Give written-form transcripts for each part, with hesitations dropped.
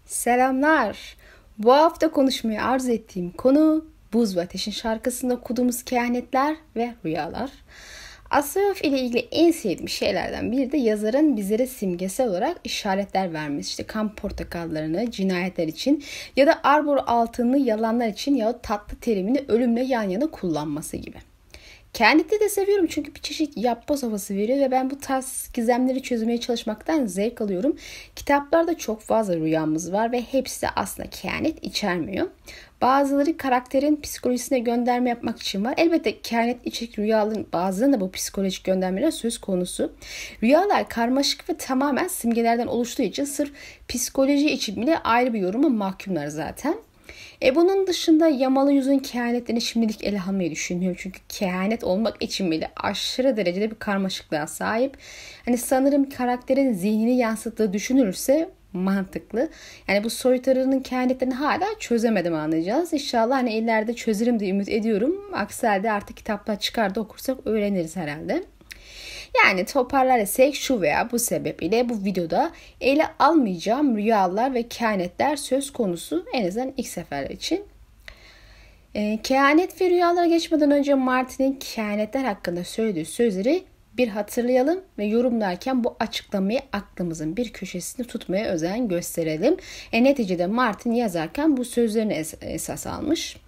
Selamlar. Bu hafta konuşmayı arzu ettiğim konu Buz ve Ateş'in şarkısında okuduğumuz kehanetler ve rüyalar. Astroloji ile ilgili en sevdiğim şeylerden biri de yazarın bizlere simgesel olarak işaretler vermesi. İşte kan portakallarını cinayetler için ya da arbor altını yalanlar için ya tatlı terimini ölümle yan yana kullanması gibi. Kehaneti de seviyorum çünkü bir çeşit yapboz havası veriyor ve ben bu tarz gizemleri çözmeye çalışmaktan zevk alıyorum. Kitaplarda çok fazla rüyamız var ve hepsi de aslında kehanet içermiyor. Bazıları karakterin psikolojisine gönderme yapmak için var. Elbette kehanet içerik rüyaların bazılarında bu psikolojik göndermeler söz konusu. Rüyalar karmaşık ve tamamen simgelerden oluştuğu için sırf psikoloji için bile ayrı bir yoruma mahkumlar zaten. Bunun dışında Yamalı Yüz'ün kehanetlerini şimdilik ele almayı düşünmüyorum. Çünkü kehanet olmak için bile aşırı derecede bir karmaşıklığa sahip. Sanırım karakterin zihnini yansıttığı düşünülürse mantıklı. Bu soytarının kehanetlerini hala çözemedim anlayacağız. İnşallah ileride çözerim diye ümit ediyorum. Aksi halde artık kitaplar çıkar da okursak öğreniriz herhalde. Toparlarsak şu veya bu sebeple bu videoda ele almayacağım rüyalar ve kehanetler söz konusu en azından ilk seferler için. Kehanet ve rüyalara geçmeden önce Martin'in kehanetler hakkında söylediği sözleri bir hatırlayalım ve yorumlarken bu açıklamayı aklımızın bir köşesinde tutmaya özen gösterelim. Neticede Martin yazarken bu sözlerini esas almış.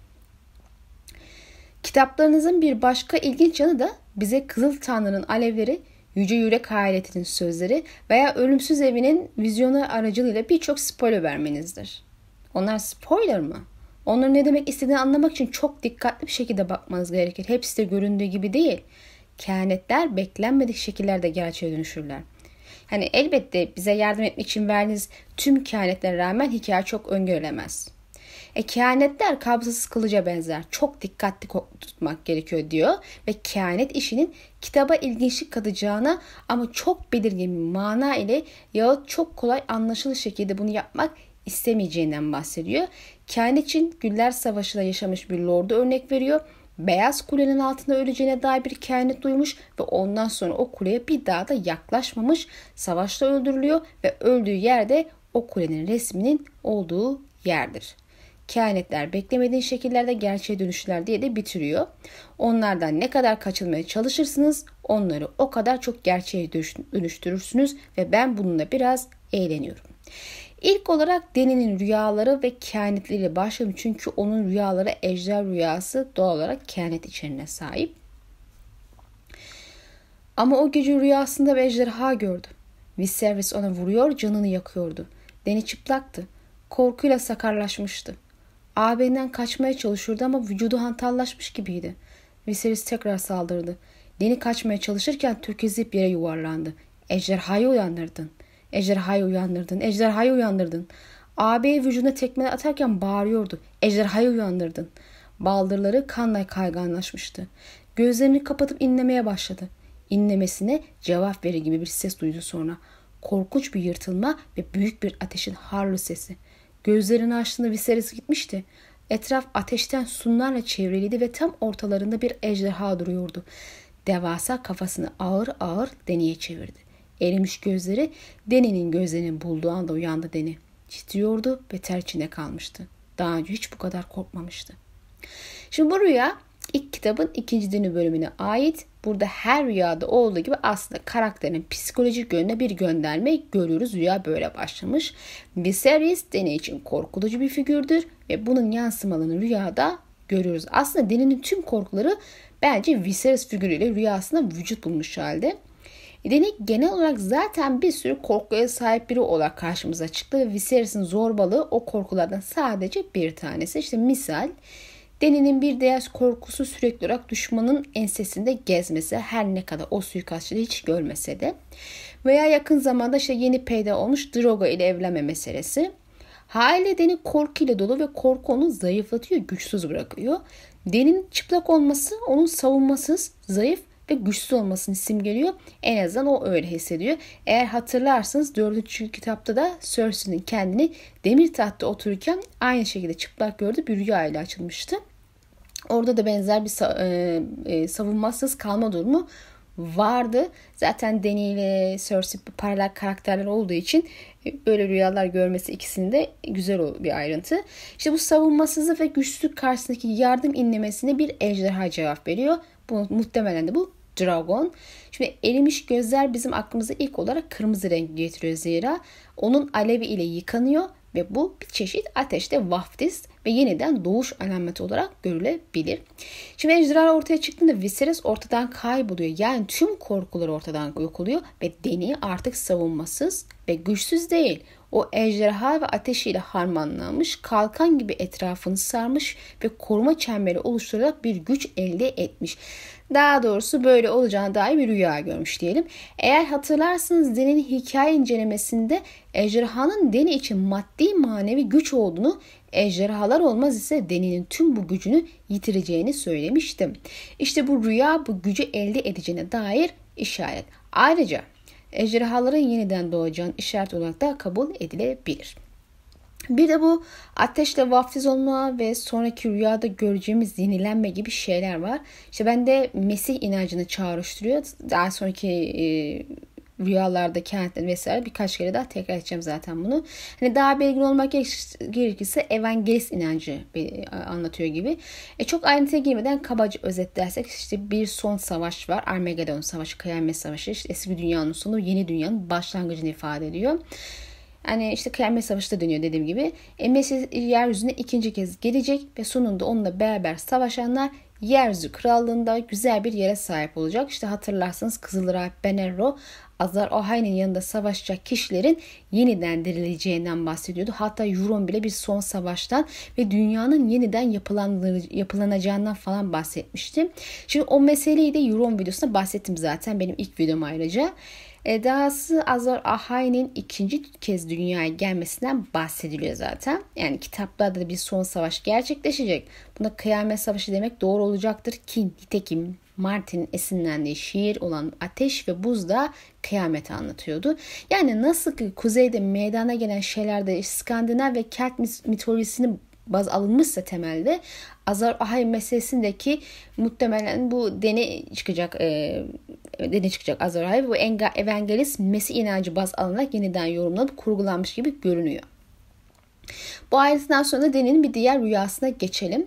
Kitaplarınızın bir başka ilginç yanı da bize Kızıl Tanrı'nın alevleri, Yüce Yürek Hayaletinin sözleri veya Ölümsüz Evi'nin vizyonu aracılığıyla birçok spoiler vermenizdir. Onlar spoiler mı? Onların ne demek istediğini anlamak için çok dikkatli bir şekilde bakmanız gerekir. Hepsi de göründüğü gibi değil. Kehanetler beklenmedik şekillerde gerçeğe dönüşürler. Elbette bize yardım etmek için verdiğiniz tüm kehanetlere rağmen hikaye çok öngörülemez. Kehanetler kabzasız kılıca benzer. Çok dikkatli tutmak gerekiyor diyor. Ve kehanet işinin kitaba ilginçlik katacağına ama çok belirgin bir mana ile yahut çok kolay anlaşılır şekilde bunu yapmak istemeyeceğinden bahsediyor. Kehanet için Güller Savaşı'nda yaşamış bir lordu örnek veriyor. Beyaz Kule'nin altında öleceğine dair bir kehanet duymuş ve ondan sonra o kuleye bir daha da yaklaşmamış. Savaşta öldürülüyor ve öldüğü yerde o kulenin resminin olduğu yerdir. Kehanetler beklemediğin şekillerde gerçeğe dönüşürler diye de bitiriyor. Onlardan ne kadar kaçınmaya çalışırsınız onları o kadar çok gerçeğe dönüştürürsünüz ve ben bununla biraz eğleniyorum. İlk olarak Deni'nin rüyaları ve kehanetleriyle başlayalım çünkü onun rüyaları ejder rüyası doğal olarak kehanet içeriğine sahip. Ama o gece rüyasında bir ejderha gördü. Viserys ona vuruyor, canını yakıyordu. Deni çıplaktı. Korkuyla sakarlaşmıştı. Ağabeyinden kaçmaya çalışıyordu ama vücudu hantallaşmış gibiydi. Viserys tekrar saldırdı. Deni kaçmaya çalışırken tökezleyip yere yuvarlandı. Ejderhayı uyandırdın. Ejderhayı uyandırdın. Ejderhayı uyandırdın. Ağabeyi vücuduna tekmeler atarken bağırıyordu. Ejderhayı uyandırdın. Baldırları kanla kayganlaşmıştı. Gözlerini kapatıp inlemeye başladı. İnlemesine cevap verir gibi bir ses duydu sonra. Korkunç bir yırtılma ve büyük bir ateşin harlı sesi. Gözlerini açtığında Viserys gitmişti. Etraf ateşten sütunlarla çevriliydi ve tam ortalarında bir ejderha duruyordu. Devasa kafasını ağır ağır Dany'ye çevirdi. Erimiş gözleri Dany'nin gözlerinin bulduğu anda uyandı Dany. Titriyordu ve ter içinde kalmıştı. Daha önce hiç bu kadar korkmamıştı. Şimdi bu rüya ilk kitabın 2. Dany bölümüne ait. Burada her rüyada olduğu gibi aslında karakterin psikolojik yönüne bir gönderme görüyoruz. Rüya böyle başlamış. Viserys Dany için korkutucu bir figürdür ve bunun yansımalarını rüyada görüyoruz. Aslında Dany'nin tüm korkuları bence Viserys figürüyle rüyasında vücut bulmuş halde. Dany genel olarak zaten bir sürü korkuya sahip biri olarak karşımıza çıktı ve Viserys'in zorbalığı o korkulardan sadece bir tanesi. İşte misal Dany'nin bir diğer korkusu sürekli olarak düşmanın ensesinde gezmesi, her ne kadar o suikastçıda hiç görmese de. Veya yakın zamanda yeni peyda olmuş Drogo ile evlenme meselesi. Haliyle Dany korkuyla dolu ve korku onu zayıflatıyor, güçsüz bırakıyor. Dany'nin çıplak olması onun savunmasız, zayıf ve güçsüz olmasını simgeliyor. En azından o öyle hissediyor. Eğer hatırlarsınız 4. kitapta da Cersei'nin kendini demir tahtta otururken aynı şekilde çıplak gördü, bir rüya ile açılmıştı. Orada da benzer bir savunmasız kalma durumu vardı. Zaten Dany ile Cersei paralel karakterler olduğu için böyle rüyalar görmesi ikisinde güzel bir ayrıntı. İşte bu savunmasızlık ve güçsüzlük karşısındaki yardım inlemesine bir ejderha cevap veriyor. Bu muhtemelen de bu Dragon. Şimdi erimiş gözler bizim aklımıza ilk olarak kırmızı renk getiriyor zira onun alevi ile yıkanıyor ve bu bir çeşit ateşte vaftiz ve yeniden doğuş alameti olarak görülebilir. Şimdi ejderha ortaya çıktığında Viserys ortadan kayboluyor. Yani tüm korkuları ortadan yok oluyor ve Dany artık savunmasız ve güçsüz değil. O ejderha ve ateşiyle harmanlanmış, kalkan gibi etrafını sarmış ve koruma çemberi oluşturarak bir güç elde etmiş. Daha doğrusu böyle olacağına dair bir rüya görmüş diyelim. Eğer hatırlarsınız Dany'nin hikaye incelemesinde ejderhanın Dany için maddi manevi güç olduğunu, ejderhalar olmaz ise Dany'nin tüm bu gücünü yitireceğini söylemiştim. İşte bu rüya bu gücü elde edeceğine dair işaret. Ayrıca ejderhaların yeniden doğacağının işaret olarak da kabul edilebilir. Bir de bu ateşle vaftiz olma ve sonraki rüyada göreceğimiz yenilenme gibi şeyler var. İşte bende Mesih inancını çağrıştırıyor. Daha sonraki rüyalarda, kenetler vesaire birkaç kere daha tekrar edeceğim zaten bunu. Hani daha belirgin olmak gerekirse evangelist inancı anlatıyor gibi. Çok ayrıntıya girmeden kabaca özetlersek işte bir son savaş var. Armageddon Savaşı, Kıyamet Savaşı. İşte eski dünyanın sonu, yeni dünyanın başlangıcını ifade ediyor. Yani işte Kıyamet Savaşı da dönüyor dediğim gibi. Mesih yeryüzüne ikinci kez gelecek ve sonunda onunla beraber savaşanlar yeryüzü krallığında güzel bir yere sahip olacak. İşte hatırlarsanız Kızılrahip Benerro Azar Ahai'nin yanında savaşacak kişilerin yeniden dirileceğinden bahsediyordu. Hatta Euron bile bir son savaştan ve dünyanın yeniden yapılanacağından falan bahsetmişti. Şimdi o meseleyi de Euron videosunda bahsettim zaten benim ilk videom ayrıca. Dahası Azor Ahai'nin ikinci kez dünyaya gelmesinden bahsediliyor zaten. Yani kitaplarda da bir son savaş gerçekleşecek. Buna Kıyamet Savaşı demek doğru olacaktır ki nitekim Martin'in esinlendiği şiir olan Ateş ve Buz da kıyameti anlatıyordu. Yani nasıl ki kuzeyde meydana gelen şeylerde İskandinav ve Kelt mitolojisini baz alınmışsa temelde Azor Ahai meselesindeki muhtemelen bu Dany çıkacak Azor Ahai ve bu evangelist Mesih inancı baz alınarak yeniden yorumlanıp kurgulanmış gibi görünüyor. Bu ayrıntıdan sonra Dany'nin bir diğer rüyasına geçelim.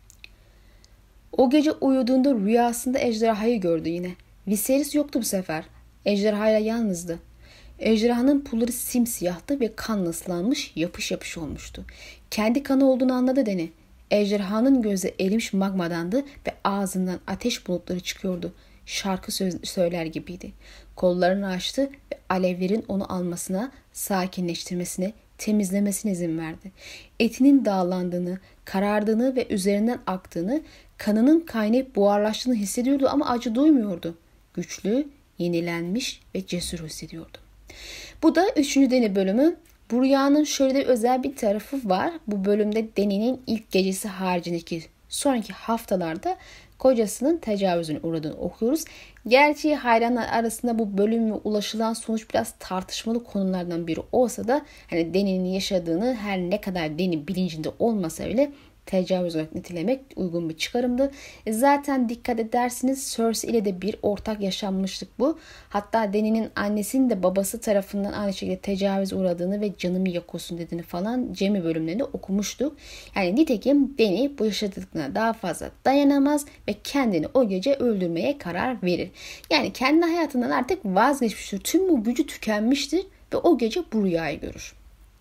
O gece uyuduğunda rüyasında ejderhayı gördü yine. Viserys yoktu bu sefer. Ejderhayla yalnızdı. Ejderhanın pulları simsiyahtı ve kanla ıslanmış, yapış yapış olmuştu. Kendi kanı olduğunu anladı Dany. Ejderhanın gözü erimiş magmadandı ve ağzından ateş bulutları çıkıyordu. Şarkı söyler gibiydi. Kollarını açtı ve alevlerin onu almasına, sakinleştirmesine, temizlemesine izin verdi. Etinin dağlandığını, karardığını ve üzerinden aktığını, kanının kaynayıp buharlaştığını hissediyordu ama acı duymuyordu. Güçlü, yenilenmiş ve cesur hissediyordu. Bu da 3. Dany bölümü. Bu rüyanın şöyle de özel bir tarafı var. Bu bölümde Dany'nin ilk gecesi haricindeki sonraki haftalarda kocasının tecavüzüne uğradığını okuyoruz. Gerçi hayranlar arasında bu bölüme ulaşılan sonuç biraz tartışmalı konulardan biri olsa da hani Dany'nin yaşadığını her ne kadar Dany bilincinde olmasa bile tecavüz olarak nitelemek uygun bir çıkarımdı. Zaten dikkat edersiniz Cersei ile de bir ortak yaşanmışlık bu. Hatta Dany'nin annesinin de babası tarafından aynı şekilde tecavüz uğradığını ve canımı yakıyorsun dediğini falan Jaime bölümlerinde okumuştuk. Yani nitekim Dany bu yaşadıklarına daha fazla dayanamaz ve kendini o gece öldürmeye karar verir. Yani kendi hayatından artık vazgeçmiştir. Tüm bu gücü tükenmiştir ve o gece bu rüyayı görür.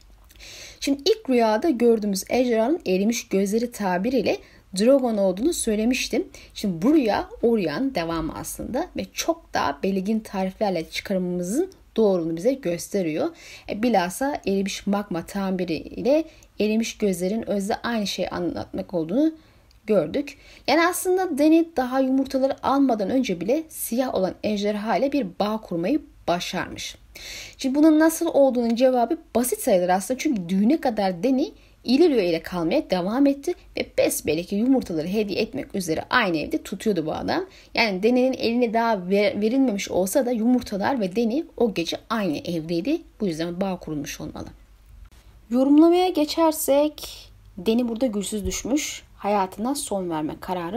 Şimdi ilk rüyada gördüğümüz ejderhanın erimiş gözleri tabiriyle Drogon olduğunu söylemiştim. Şimdi bu rüya o rüyanın devamı aslında ve çok daha belirgin tariflerle çıkarımımızın doğruluğunu bize gösteriyor. Bilhassa erimiş magma tabiriyle erimiş gözlerin özde aynı şeyi anlatmak olduğunu gördük. Yani aslında Dany daha yumurtaları almadan önce bile siyah olan ejderha ile bir bağ kurmayı başarmış. Şimdi bunun nasıl olduğunun cevabı basit sayılır aslında. Çünkü düğüne kadar Dany İllyrio ile kalmaya devam etti ve besbelli yumurtaları hediye etmek üzere aynı evde tutuyordu bu adam. Yani Dany'nin eline daha verilmemiş olsa da yumurtalar ve Dany o gece aynı evdeydi. Bu yüzden bağ kurulmuş olmalı. Yorumlamaya geçersek Dany burada güçsüz düşmüş. Hayatına son verme kararı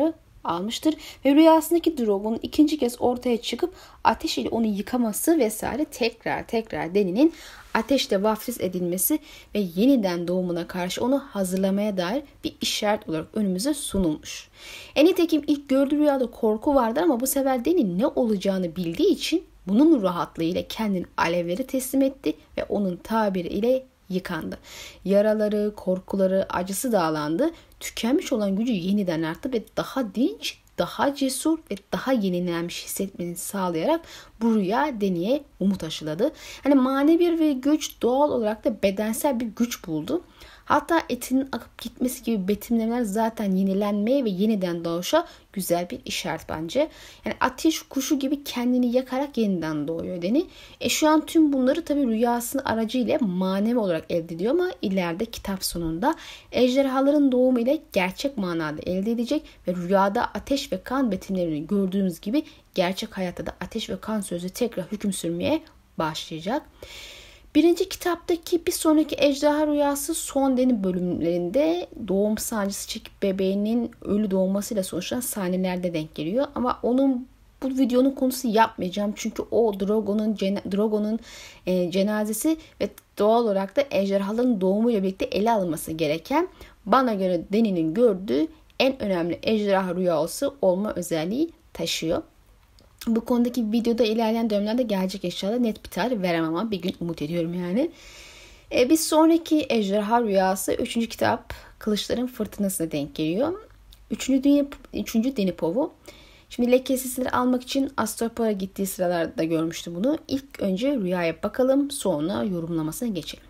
almıştır ve rüyasındaki Drogo'nun ikinci kez ortaya çıkıp ateş ile onu yıkaması vesaire tekrar Dany'nin ateşle vaftiz edilmesi ve yeniden doğumuna karşı onu hazırlamaya dair bir işaret olarak önümüze sunulmuş. Nitekim ilk gördüğü rüyada korku vardı ama bu sefer Dany ne olacağını bildiği için bunun rahatlığıyla kendini alevlere teslim etti ve onun tabiriyle yıkandı. Yaraları, korkuları, acısı dağlandı. Tükenmiş olan gücü yeniden arttı ve daha dinç, daha cesur ve daha yenilenmiş hissetmesini sağlayarak bu rüya Dany'ye umut aşıladı. Hani manevi bir güç doğal olarak da bedensel bir güç buldu. Hatta etinin akıp gitmesi gibi betimlemeler zaten yenilenmeye ve yeniden doğuşa güzel bir işaret bence. Yani ateş kuşu gibi kendini yakarak yeniden doğuyor Dany. Şu an tüm bunları tabii rüyasının aracıyla manevi olarak elde ediyor ama ileride kitap sonunda ejderhaların doğumu ile gerçek manada elde edecek ve rüyada ateş ve kan betimlerini gördüğümüz gibi gerçek hayatta da ateş ve kan sözü tekrar hüküm sürmeye başlayacak. Birinci kitaptaki bir sonraki ejderha rüyası son Dany bölümlerinde doğum sancısı çekip bebeğinin ölü doğmasıyla sonuçlanan sahnelerde denk geliyor. Ama bu videonun konusu yapmayacağım. Çünkü o Drogo'nun cenazesi ve doğal olarak da ejderhaların doğumuyla birlikte ele alınması gereken, bana göre Dany'nin gördüğü en önemli ejderha rüyası olma özelliği taşıyor. Bu konudaki videoda ilerleyen dönemlerde gelecek inşallah, net bir tarih veremem ama bir gün umut ediyorum yani. Bir sonraki ejderha rüyası 3. kitap Kılıçların Fırtınası'na denk geliyor. 3. Dany Povu. Şimdi lekesizleri almak için Astropa'ya gittiği sıralarda görmüştü bunu. İlk önce rüyaya bakalım, sonra yorumlamasına geçelim.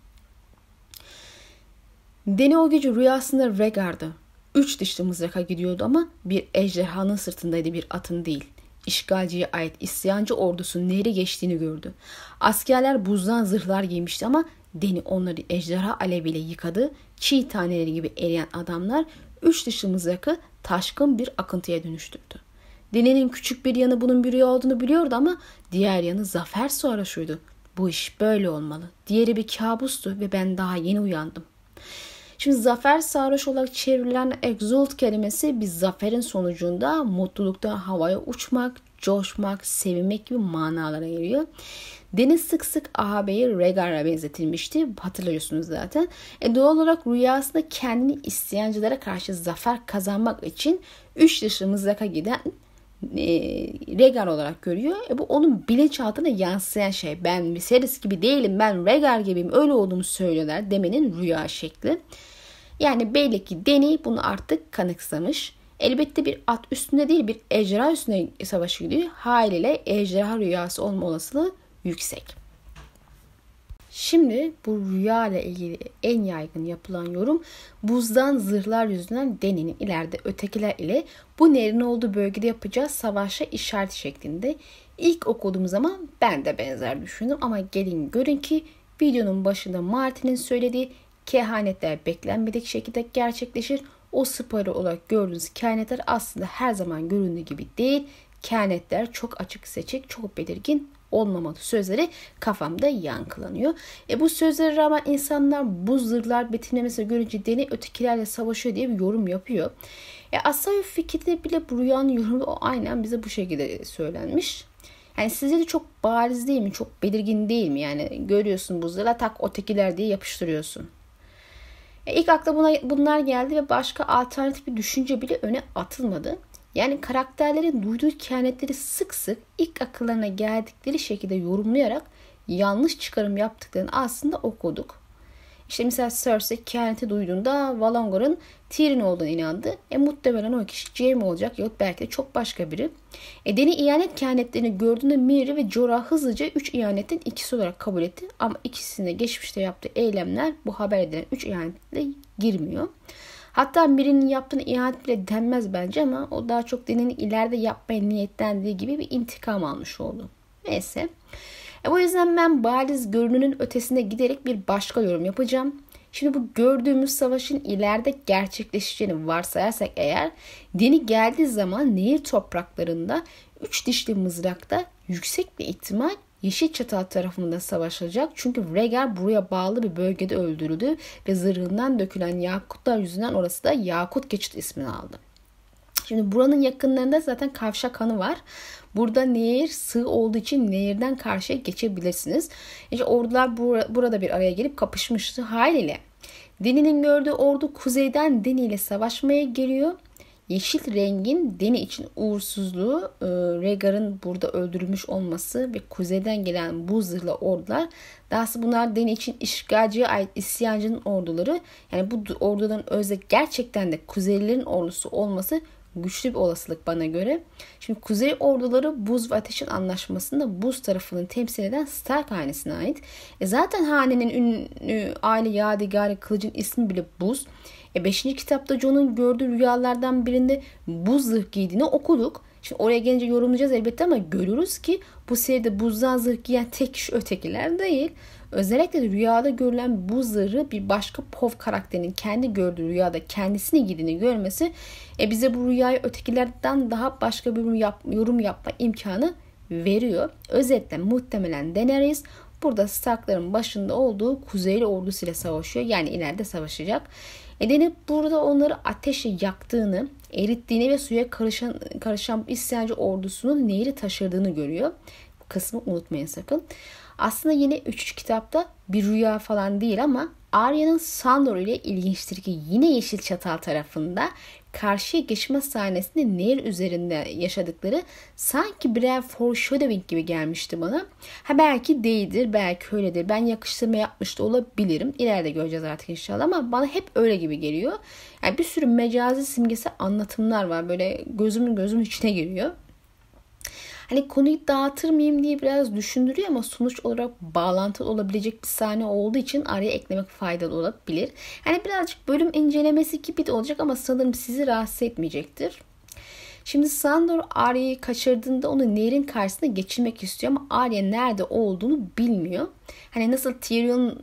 Dany o gece rüyasında Rhaegar'da 3 dişli mızraka gidiyordu ama bir ejderhanın sırtındaydı, bir atın değil. İşgalciye ait isyancı ordusunun nehri geçtiğini gördü. Askerler buzdan zırhlar giymişti ama Dany onları ejderha aleviyle yıkadı. Çiğ taneleri gibi eriyen adamlar 3 dişli mızrakı taşkın bir akıntıya dönüştürdü. Dany'nin küçük bir yanı bunun bir rüya olduğunu biliyordu ama diğer yanı zafer sarhoşuydu. Bu iş böyle olmalı. Diğeri bir kabustu ve ben daha yeni uyandım. Şimdi zafer sarhoş olarak çevrilen exult kelimesi bir zaferin sonucunda mutlulukta havaya uçmak, coşmak, sevinmek gibi manalara geliyor. Dany sık sık ağabeyi Rhaegar'a benzetilmişti. Hatırlıyorsunuz zaten. Doğal olarak rüyasında kendini isyancılara karşı zafer kazanmak için 3 dişli mızraka giden Rhaegar olarak görüyor. Bu onun bilinçaltına yansıyan şey. Ben Viserys gibi değilim, ben Rhaegar gibiyim, öyle olduğunu söylüyorlar demenin rüya şekli. Yani belli ki Dany bunu artık kanıksamış. Elbette bir at üstünde değil, bir ejderha üstünde savaşı gidiyor. Haliyle ejderha rüyası olma olasılığı yüksek. Şimdi bu rüya ile ilgili en yaygın yapılan yorum, buzdan zırhlar yüzünden Dany'nin ileride ötekiler ile bu nehrin olduğu bölgede yapacağı savaşa işaret şeklinde. İlk okuduğum zaman ben de benzer düşündüm ama gelin görün ki videonun başında Martin'in söylediği kehanetler beklenmedik şekilde gerçekleşir. O spoiler olarak gördüğünüz kehanetler aslında her zaman göründüğü gibi değil. Kehanetler çok açık seçik, çok belirgin olmamalı sözleri kafamda yankılanıyor. Bu sözlere rağmen insanlar bu zırhlar betimlemesi görünce Dany ötekilerle savaşıyor diye bir yorum yapıyor. Aslında fikirde bile bu rüyanın yorumu o aynen bize bu şekilde söylenmiş. Yani sizce de çok bariz değil mi? Çok belirgin değil mi? Yani görüyorsun bu zırhla tak ötekiler diye yapıştırıyorsun. İlk akla bunlar geldi ve başka alternatif bir düşünce bile öne atılmadı. Yani karakterlerin duyduğu kehanetleri sık sık ilk akıllarına geldikleri şekilde yorumlayarak yanlış çıkarım yaptıklarını aslında okuduk. İşte mesela Cersei kehaneti duyduğunda Valongor'un Tyrion olduğuna inandı. Muhtemelen o kişi Jaime olacak ya belki de çok başka biri. Dany ihanet kehanetlerini gördüğünde Miri ve Jorah hızlıca 3 ihanetin ikisi olarak kabul etti. Ama ikisinde geçmişte yaptığı eylemler bu haber edilen 3 ihanetle girmiyor. Hatta Miri'nin yaptığını ihanet bile denmez bence ama o daha çok Dany'nin ileride yapmaya niyetlendiği gibi bir intikam almış oldu. Neyse. Bu yüzden ben bariz görününün ötesine giderek bir başka yorum yapacağım. Şimdi bu gördüğümüz savaşın ileride gerçekleşeceğini varsayarsak eğer, Dany geldiği zaman nehir topraklarında 3 dişli mızrakta yüksek bir ihtimal Yeşilçatal tarafında savaşılacak. Çünkü Rhaegar buraya bağlı bir bölgede öldürüldü ve zırhından dökülen yakutlar yüzünden orası da Yakut Geçit ismini aldı. Şimdi buranın yakınlarında zaten Kavşak Hanı var. Burada nehir sığ olduğu için nehirden karşıya geçebilirsiniz. İşte ordular burada bir araya gelip kapışmıştı haliyle. Deni'nin gördüğü ordu kuzeyden Deni ile savaşmaya geliyor. Yeşil rengin Deni için uğursuzluğu, Rhaegar'ın burada öldürülmüş olması ve kuzeyden gelen bu zırhlı ordular, dahası bunlar Deni için işgalciye ait isyancının orduları. Yani bu orduların özde gerçekten de Kuzeylilerin ordusu olması güçlü bir olasılık bana göre. Şimdi Kuzey orduları Buz ve Ateş'in anlaşmasında Buz tarafının temsil eden Stark hanesine ait. Zaten hanenin ünlü aile yadigarı kılıcın ismi bile Buz. 5. kitapta Jon'un gördüğü rüyalardan birinde buz zırh giydiğini okuduk. Şimdi oraya gelince yorumlayacağız elbette ama görürüz ki bu seride buzdan zırh giyen tek kişi ötekiler değil. Özellikle de rüyada görülen buz zırhı bir başka POV karakterinin kendi gördüğü rüyada kendisini giydiğini görmesi bize bu rüyayı ötekilerden daha başka bir yorum yapma imkanı veriyor. Özetle muhtemelen Daenerys burada Stark'ların başında olduğu Kuzeyli ordusuyla savaşıyor. Yani ileride savaşacak. Dany burada onları ateşe yaktığını, erittiğini ve suya karışan isyancı ordusunun nehri taşırdığını görüyor. Bu kısmı unutmayın sakın. Aslında yine 3. kitapta bir rüya falan değil ama Arya'nın Sandor ile ilginçtir ki yine Yeşil Çatal tarafında karşıya geçme sahnesinde nehir üzerinde yaşadıkları sanki birer foreshadowing gibi gelmişti bana. Belki değildir, belki öyledir. Ben yakıştırma yapmış da olabilirim. İleride göreceğiz artık inşallah ama bana hep öyle gibi geliyor. Yani bir sürü mecazi simgesi anlatımlar var. Böyle gözümün içine giriyor. Hani konuyu dağıtır mıyım diye biraz düşündürüyor ama sonuç olarak bağlantılı olabilecek bir sahne olduğu için araya eklemek faydalı olabilir. Yani birazcık bölüm incelemesi gibi de olacak ama sanırım sizi rahatsız etmeyecektir. Şimdi Sandor Arya'yı kaçırdığında onu nehrin karşısına geçirmek istiyor ama Arya nerede olduğunu bilmiyor. Hani nasıl Tyrion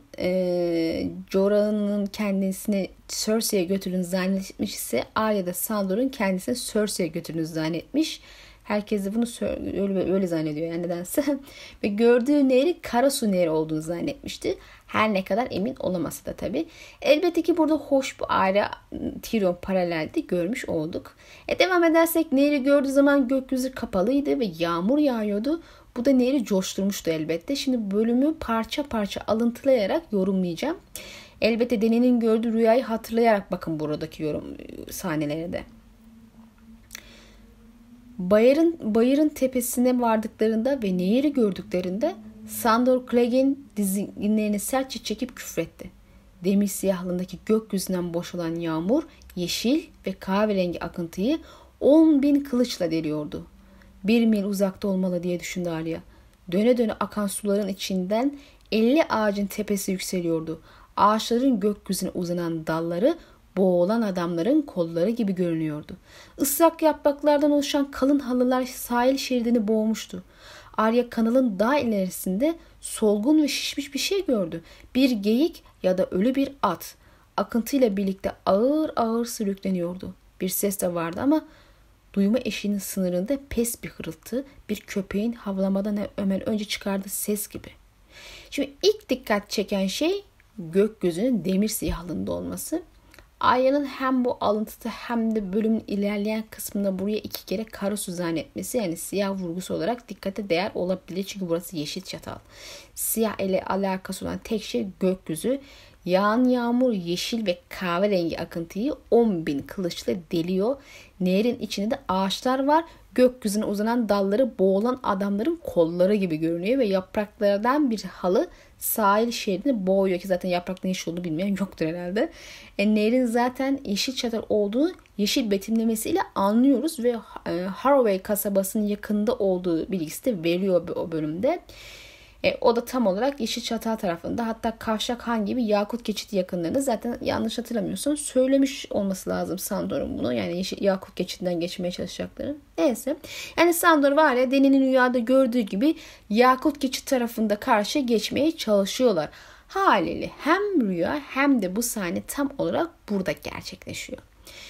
Jorah'ın kendisini Cersei'ye götürdüğünü zannetmiş ise Arya da Sandor'un kendisini Cersei'ye götürdüğünü zannetmiş. Herkes de bunu öyle zannediyor yani nedense. Ve gördüğü nehri Karasu Nehri olduğunu zannetmişti. Her ne kadar emin olamasa da tabii. Elbette ki burada hoş bu Arya Tyrion paralelde görmüş olduk. Devam edersek nehri gördüğü zaman gökyüzü kapalıydı ve yağmur yağıyordu. Bu da nehri coşturmuştu elbette. Şimdi bölümü parça parça alıntılayarak yorumlayacağım. Elbette Dany'nin gördüğü rüyayı hatırlayarak bakın buradaki yorum sahnelerine de. Bayırın tepesine vardıklarında ve nehri gördüklerinde Sandor Clegane dizginlerini sertçe çekip küfretti. Demir siyahlığındaki gökyüzünden boşalan yağmur yeşil ve kahverengi akıntıyı 10.000 kılıçla deliyordu. 1 mil uzakta olmalı diye düşündü Arya. Döne döne akan suların içinden 50 ağacın tepesi yükseliyordu. Ağaçların gökyüzüne uzanan dalları boğulan adamların kolları gibi görünüyordu. Islak yapraklardan oluşan kalın halılar sahil şeridini boğmuştu. Arya kanalın daha ilerisinde solgun ve şişmiş bir şey gördü. Bir geyik ya da ölü bir at. Akıntıyla birlikte ağır ağır sürükleniyordu. Bir ses de vardı ama duyma eşiğinin sınırında pes bir hırıltı, bir köpeğin havlamadan hemen önce çıkardığı ses gibi. Şimdi ilk dikkat çeken şey gökyüzünün demir siyahlığında olması. Arya'nın hem bu alıntıda hem de bölümün ilerleyen kısmında buraya 2 kere Karasu zannetmesi yani siyah vurgusu olarak dikkate değer olabilir. Çünkü burası Yeşil Çatal. Siyah ile alakası olan tek şey gökyüzü. Yağan yağmur yeşil ve kahverengi akıntıyı 10.000 kılıçla deliyor. Nehrin içinde de ağaçlar var. Gökyüzüne uzanan dalları boğulan adamların kolları gibi görünüyor ve yapraklardan bir halı sahil şeridini boğuyor ki zaten yaprak ne iş olduğunu bilmeyen yoktur herhalde. Nehrin zaten Yeşil Çatal olduğunu yeşil betimlemesiyle anlıyoruz ve Harroway kasabasının yakında olduğu bilgisi de veriyor o bölümde. O da tam olarak Yeşil Çatal tarafında, hatta Kavşak Han gibi Yakut Geçidi yakınlarında, zaten yanlış hatırlamıyorsam söylemiş olması lazım Sandor'un bunu. Yani Yakut Geçidi'nden geçmeye çalışacakları. Neyse. Yani Sandor var ya Dany'nin rüyada gördüğü gibi Yakut Geçidi tarafında karşı geçmeye çalışıyorlar. Haliyle hem rüya hem de bu sahne tam olarak burada gerçekleşiyor.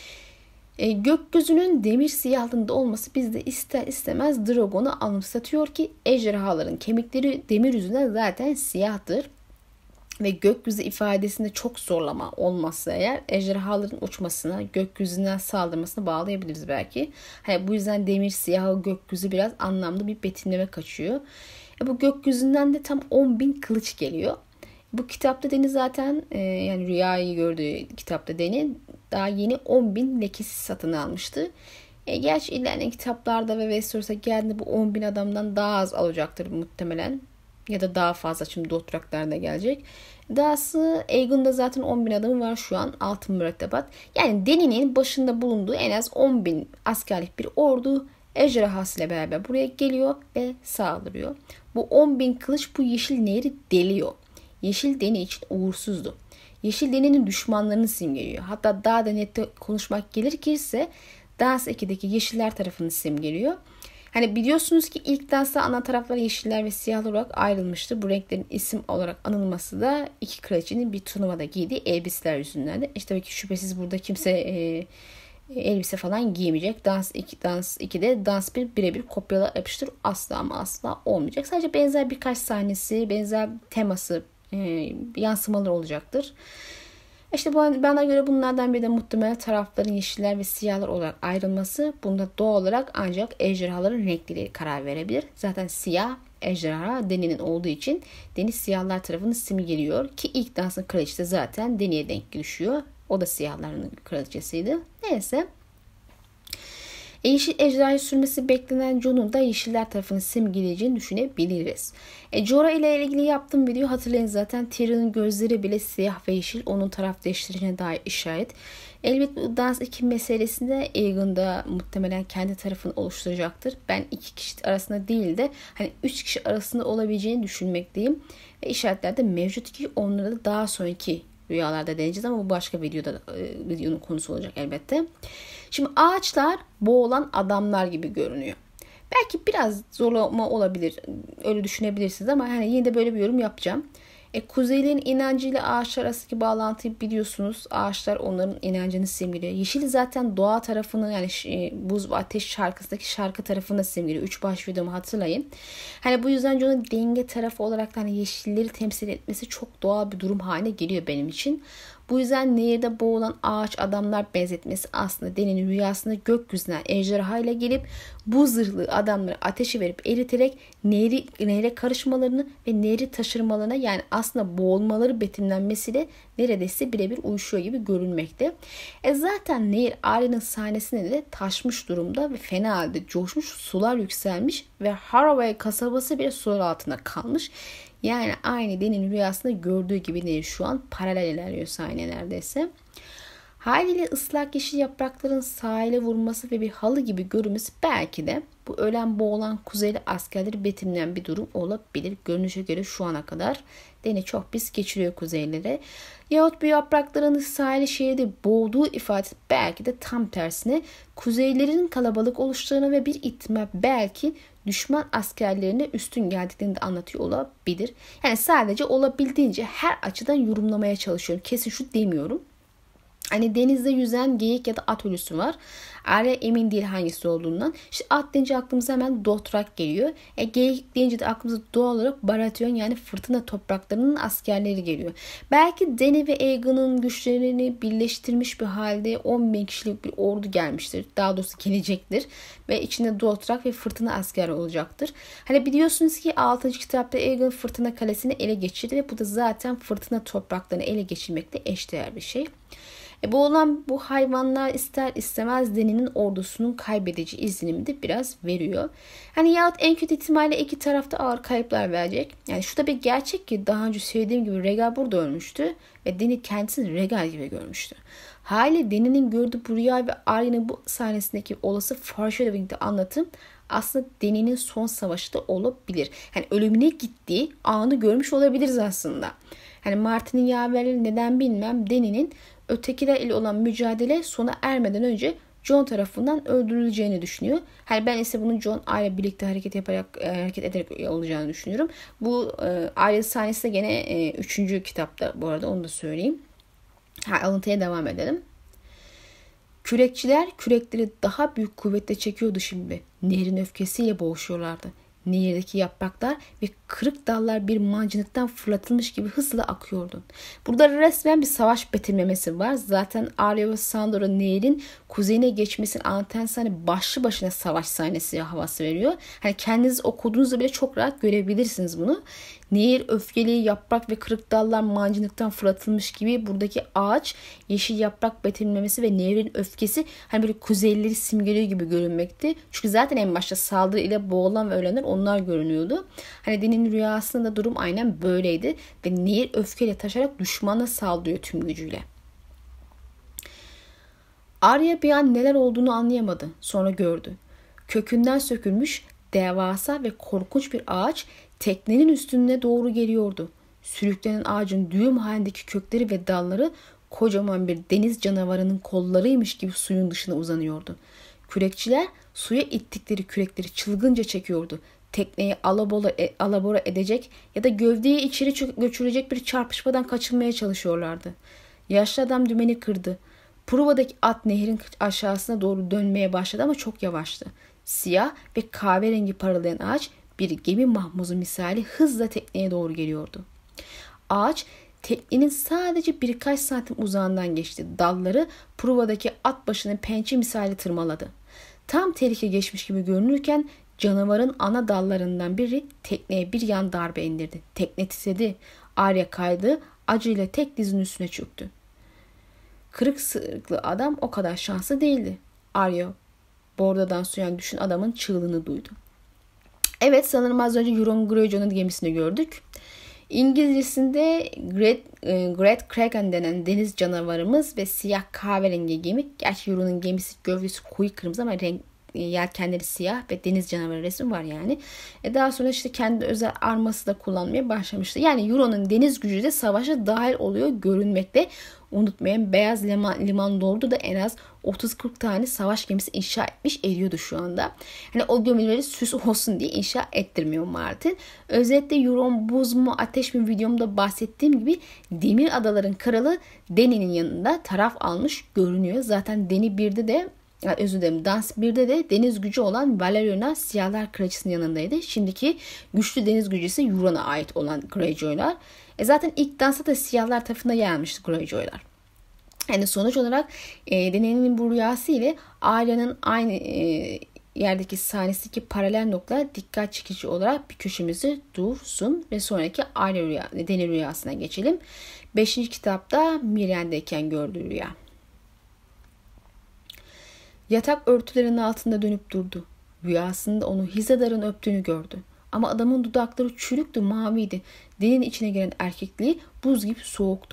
Gökyüzünün demir siyahlığında olması bizde ister istemez Drogon'u anımsatıyor ki ejderhaların kemikleri demir yüzünden zaten siyahtır. ve gökyüzü ifadesinde çok zorlama olmazsa eğer ejderhaların uçmasına, gökyüzünden saldırmasına bağlayabiliriz belki. Hani bu yüzden demir siyahı gökyüzü biraz anlamlı bir betimleme kaçıyor. Bu gökyüzünden de tam 10.000 kılıç geliyor. Bu kitapta Deni zaten yani rüyayı gördüğü kitapta Deni daha yeni 10.000 lekesi satın almıştı. Gerçi ilerleyen kitaplarda ve Westeros'a geldiğinde bu 10.000 adamdan daha az alacaktır muhtemelen. Ya da daha fazla, şimdi Dothrak'lar da gelecek. Dahası Aegon'da zaten 10.000 adamı var şu an, altın mürettebat. Yani Dany'nin başında bulunduğu en az 10.000 askerlik bir ordu ejderhasıyla beraber buraya geliyor ve saldırıyor. Bu 10.000 kılıç bu Yeşil Nehri deliyor. Yeşil Dany için uğursuzdu. Yeşil Dany'nin düşmanlarını simgeliyor. Hatta daha da net konuşmak gerekirse Dans 2'deki Yeşiller tarafını simgeliyor. Hani biliyorsunuz ki ilk dansta ana taraflar yeşiller ve siyahlar olarak ayrılmıştı. Bu renklerin isim olarak anılması da iki kraliçenin bir turnuvada giydiği elbiseler yüzünden de. İşte tabii ki şüphesiz burada kimse elbise falan giymeyecek. Dans 2'de Dans 1 birebir kopyalar yapıştır asla ama asla olmayacak. Sadece benzer birkaç sahnesi, benzer teması, yansımalar olacaktır. İşte bana göre bunlardan biri de muhtemelen tarafların yeşiller ve siyahlar olarak ayrılması. Bunda doğal olarak ancak ejderhaların renkleri karar verebilir. Zaten siyah ejderha Dany'nin olduğu için Dany siyahlar tarafını simgeliyor. Ki ilk dansın kraliçesi zaten Dany'ye denk düşüyor. O da siyahların kraliçesiydi. Neyse. Yeşil ejderhayı sürmesi beklenen Jon'un da yeşiller tarafını simgeleyeceğini düşünebiliriz. Jorah ile ilgili yaptığım video hatırlayın zaten. Tyrion'un gözleri bile siyah ve yeşil, onun taraf değiştireceğine dair işaret. Elbette bu Dans 2 meselesinde Aegon'da muhtemelen kendi tarafını oluşturacaktır. Ben 2 kişi arasında değil de hani 3 kişi arasında olabileceğini düşünmekteyim. Ve işaretler de mevcut ki onları da daha sonraki rüyalarda deneyeceğiz ama bu başka videonun konusu olacak elbette. Şimdi ağaçlar boğulan adamlar gibi görünüyor. Belki biraz zorlama olabilir. Öyle düşünebilirsiniz ama hani yine de böyle bir yorum yapacağım. Kuzeylerin inancıyla ağaçlar arasındaki bağlantıyı biliyorsunuz. Ağaçlar onların inancını simgeliyor. Yeşil zaten doğa tarafını, yani Buz ve Ateş şarkısındaki şarkı tarafını simgeliyor. 3 baş videomu hatırlayın. Hani bu yüzden Jon'un denge tarafı olarak hani yeşilleri temsil etmesi çok doğal bir durum haline geliyor benim için. Bu yüzden nehirde boğulan ağaç adamlar benzetmesi aslında Dany'nin rüyasında gökyüzünden ejderha ile gelip bu zırhlı adamları ateşe verip eriterek nehre karışmalarını ve nehri taşırmalarına, yani aslında boğulmaları betimlenmesiyle neredeyse birebir uyuşuyor gibi görünmekte. Zaten nehir Arya'nın sahnesinde de taşmış durumda ve fena halde coşmuş, sular yükselmiş ve Harroway kasabası bile sular altında kalmış. Yani aynı Dany'nin rüyasında gördüğü gibi nehir şu an paralel ilerliyor sahne neredeyse. Haliyle ıslak yeşil yaprakların sahile vurması ve bir halı gibi görünmesi belki de bu ölen boğulan kuzeyli askerleri betimleyen bir durum olabilir. Görünüşe göre şu ana kadar Dany çok pis geçiriyor kuzeylere. Yahut bu yaprakların sahili şehirde boğduğu ifadesi belki de tam tersine kuzeylerin kalabalık oluştuğunu ve bir ihtimal belki düşman askerlerine üstün geldiklerini de anlatıyor olabilir. Yani sadece olabildiğince her açıdan yorumlamaya çalışıyorum. Kesin şu demiyorum. Hani denizde yüzen geyik ya da at ölüsü var. Arya emin değil hangisi olduğundan. İşte at deyince aklımıza hemen Dothrak geliyor. Geyik deyince de aklımıza doğal olarak Baratheon, yani fırtına topraklarının askerleri geliyor. Belki Dany ve Aegon'un güçlerini birleştirmiş bir halde 10.000 kişilik bir ordu gelmiştir. Daha doğrusu gelecektir. Ve içinde Dothrak ve fırtına askeri olacaktır. Hani biliyorsunuz ki 6. kitapta Aegon fırtına kalesini ele geçirdi ve bu da zaten fırtına topraklarını ele geçirmekle eşdeğer bir şey. Bu hayvanlar ister istemez Dany'nin ordusunun kaybedici izlenimi de biraz veriyor. Hani yahut en kötü ihtimalle iki tarafta ağır kayıplar verecek. Yani şu da bir gerçek ki daha önce söylediğim gibi Rhaegar burada ölmüştü ve Dany kendisini Rhaegar gibi görmüştü. Hali Dany'nin gördüğü bu rüya ve Arya'nın bu sahnesindeki olası foreshadowing'de anlatım aslında Dany'nin son savaşı da olabilir. Yani ölümüne gittiği anı görmüş olabiliriz aslında. Hani Martin'in yaverleri neden bilmem Dany'nin ötekiler ile olan mücadele sona ermeden önce Jon tarafından öldürüleceğini düşünüyor. Hani ben ise bunun Jon ile birlikte hareket ederek olacağını düşünüyorum. Bu aile sahnesi de gene 3. kitapta, bu arada onu da söyleyeyim. Alıntıya devam edelim. Kürekçiler kürekleri daha büyük kuvvetle çekiyordu şimdi. Nehrin öfkesiyle boğuşuyorlardı. Nehirdeki yapraklar ve kırık dallar bir mancınıktan fırlatılmış gibi hızla akıyordu. Burada resmen bir savaş betimlemesi var. Zaten Arya ve Sandor'a nehirin kuzeyine geçmesini anlatan sahne başlı başına savaş sahnesi havası veriyor. Hani kendiniz okuduğunuzda bile çok rahat görebilirsiniz bunu. Nehir öfkeli, yaprak ve kırık dallar mancınıktan fırlatılmış gibi buradaki ağaç, yeşil yaprak betimlemesi ve nehrin öfkesi hani böyle kuzeylileri simgeliyor gibi görünmekti. Çünkü zaten en başta saldırı ile boğulan ve ölenler onlar görünüyordu. Hani Dany'nin rüyasında da durum aynen böyleydi ve nehir öfkeyle taşarak düşmana saldırıyor tüm gücüyle. Arya bir an neler olduğunu anlayamadı. Sonra gördü. Kökünden sökülmüş, devasa ve korkunç bir ağaç teknenin üstüne doğru geliyordu. Sürüklenen ağacın düğüm halindeki kökleri ve dalları kocaman bir deniz canavarının kollarıymış gibi suyun dışına uzanıyordu. Kürekçiler suya ittikleri kürekleri çılgınca çekiyordu. Tekneyi alabora edecek ya da gövdeyi içeri götürecek bir çarpışmadan kaçınmaya çalışıyorlardı. Yaşlı adam dümeni kırdı. Pruva'daki at nehrin aşağısına doğru dönmeye başladı ama çok yavaştı. Siyah ve kahverengi parıldayan ağaç bir gemi mahmuzu misali hızla tekneye doğru geliyordu. Ağaç teknenin sadece birkaç santim uzağından geçti. Dalları Pruva'daki at başını pençe misali tırmaladı. Tam tehlike geçmiş gibi görünürken canavarın ana dallarından biri tekneye bir yan darbe indirdi. Tekne titredi. Arya kaydı. Acıyla tek dizinin üstüne çöktü. Kırık sırıklı adam o kadar şanslı değildi. Arya bordadan suyan düşün adamın çığlığını duydu. Evet, sanırım az önce Euron Greyjoy'un gemisini gördük. İngilizcesinde Great Kraken denen deniz canavarımız ve siyah kahverengi gemi. Gerçi Euron'un gemisi gövdesi koyu kırmızı ama yelkenleri siyah ve deniz canavarı resmi var yani. Daha sonra işte kendi özel arması da kullanmaya başlamıştı. Yani Euron'un deniz gücü de savaşa dahil oluyor görünmekte. Unutmayın, Beyaz Liman Lord'u da en az 30-40 tane savaş gemisi inşa etmiş ediyordu şu anda. Hani o gemileri süs olsun diye inşa ettirmiyor Martin. Özellikle Euron buz mu ateş mi videomda bahsettiğim gibi Demir Adaların kralı Dany'nin yanında taraf almış görünüyor. Zaten Dany 1'de de Dans 1'de de deniz gücü olan Valeriana Siyahlar Kraliçesi'nin yanındaydı. Şimdiki güçlü deniz gücüsü Euron'a ait olan Greyjoy'lar. Zaten ilk dansa da siyahlar tarafına gelmişti Greyjoy'lar. Yani sonuç olarak Dany'nin bu rüyası ile Arya'nın aynı yerdeki sahnesindeki paralel noktalar dikkat çekici olarak bir köşemizi dursun ve sonraki Dany rüyasına geçelim. 5. kitapta Miriel'deyken gördüğü rüya. Yatak örtülerinin altında dönüp durdu. Rüyasında onu Hizadar'ın öptüğünü gördü. Ama adamın dudakları çürüktü, maviydi. Dany'nin içine giren erkekliği buz gibi soğuktu.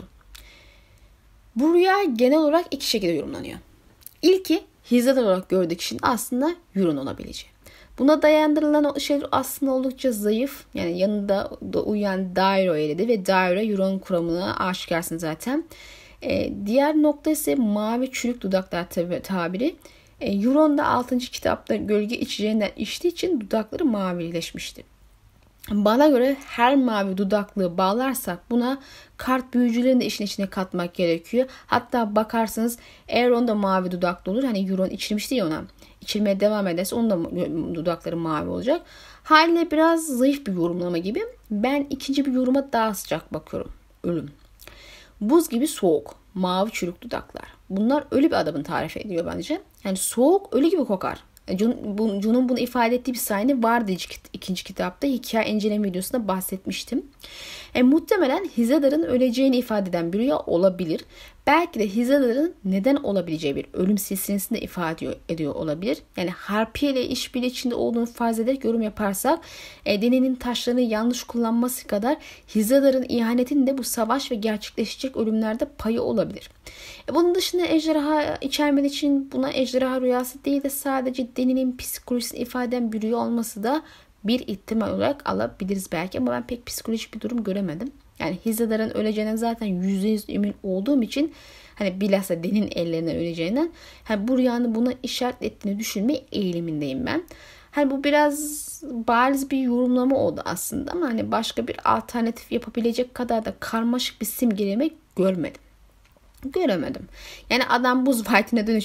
Bu rüya genel olarak iki şekilde yorumlanıyor. İlki Hizadar olarak gördüğü kişinin aslında Euron olabileceği. Buna dayandırılan şeyler aslında oldukça zayıf. Yani yanında da uyuyan Dairo eledi ve Dairo Euron kuramına aşikarsın zaten. Diğer nokta ise mavi çürük dudaklar tabiri. Euron da 6. kitapta gölge içeceğinden içtiği için dudakları mavileşmişti. Bana göre her mavi dudaklığı bağlarsak buna kart büyücülerini de işin içine katmak gerekiyor. Hatta bakarsanız Aeron da mavi dudaklı olur. Hani Euron içirmişti ya ona. İçirmeye devam ederse onun da dudakları mavi olacak. Haliyle biraz zayıf bir yorumlama gibi. Ben ikinci bir yoruma daha sıcak bakıyorum. Ölüm. Buz gibi soğuk, mavi çürük dudaklar. Bunlar ölü bir adamın tarif ediyor bence. Yani soğuk, ölü gibi kokar. Jun'un bunu ifade ettiği bir sahne vardı ikinci kitapta. Hikaye inceleme videosunda bahsetmiştim. Muhtemelen Hizadar'ın öleceğini ifade eden bir rüya olabilir. Belki de Hizadar'ın neden olabileceği bir ölüm silsilesini de ifade ediyor olabilir. Yani Harpiye ile işbirliği içinde olduğunu farz ederek yorum yaparsak Dany'nin taşlarını yanlış kullanması kadar Hizadar'ın ihanetinin de bu savaş ve gerçekleşecek ölümlerde payı olabilir. Bunun dışında ejderha içermediği için buna ejderha rüyası değil de sadece Dany'nin psikolojisini ifade eden bir rüya olması da bir ihtimal olarak alabiliriz belki, ama ben pek psikolojik bir durum göremedim. Yani Hizadar'ın öleceğinden zaten %100 emin olduğum için hani bilhassa Dany'nin ellerinden öleceğinden bu rüyanın buna işaret ettiğini düşünme eğilimindeyim ben. Hani bu biraz bariz bir yorumlama oldu aslında ama hani başka bir alternatif yapabilecek kadar da karmaşık bir simgeleme göremedim. Yani adam buz fight'ine dönüşecek,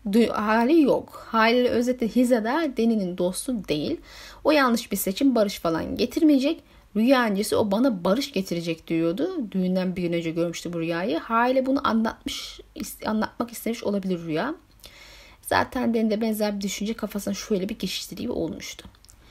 hali yok. Haliyle özetle Hizada Deni'nin dostu değil. O yanlış bir seçim barış falan getirmeyecek. Rüya öncesi o bana barış getirecek diyordu. Düğünden bir gün önce görmüştü bu rüyayı. Haliyle bunu anlatmak istemiş olabilir Rüya. Zaten Deni'de benzer bir düşünce kafasına şöyle bir geçiştirdiği olmuştu.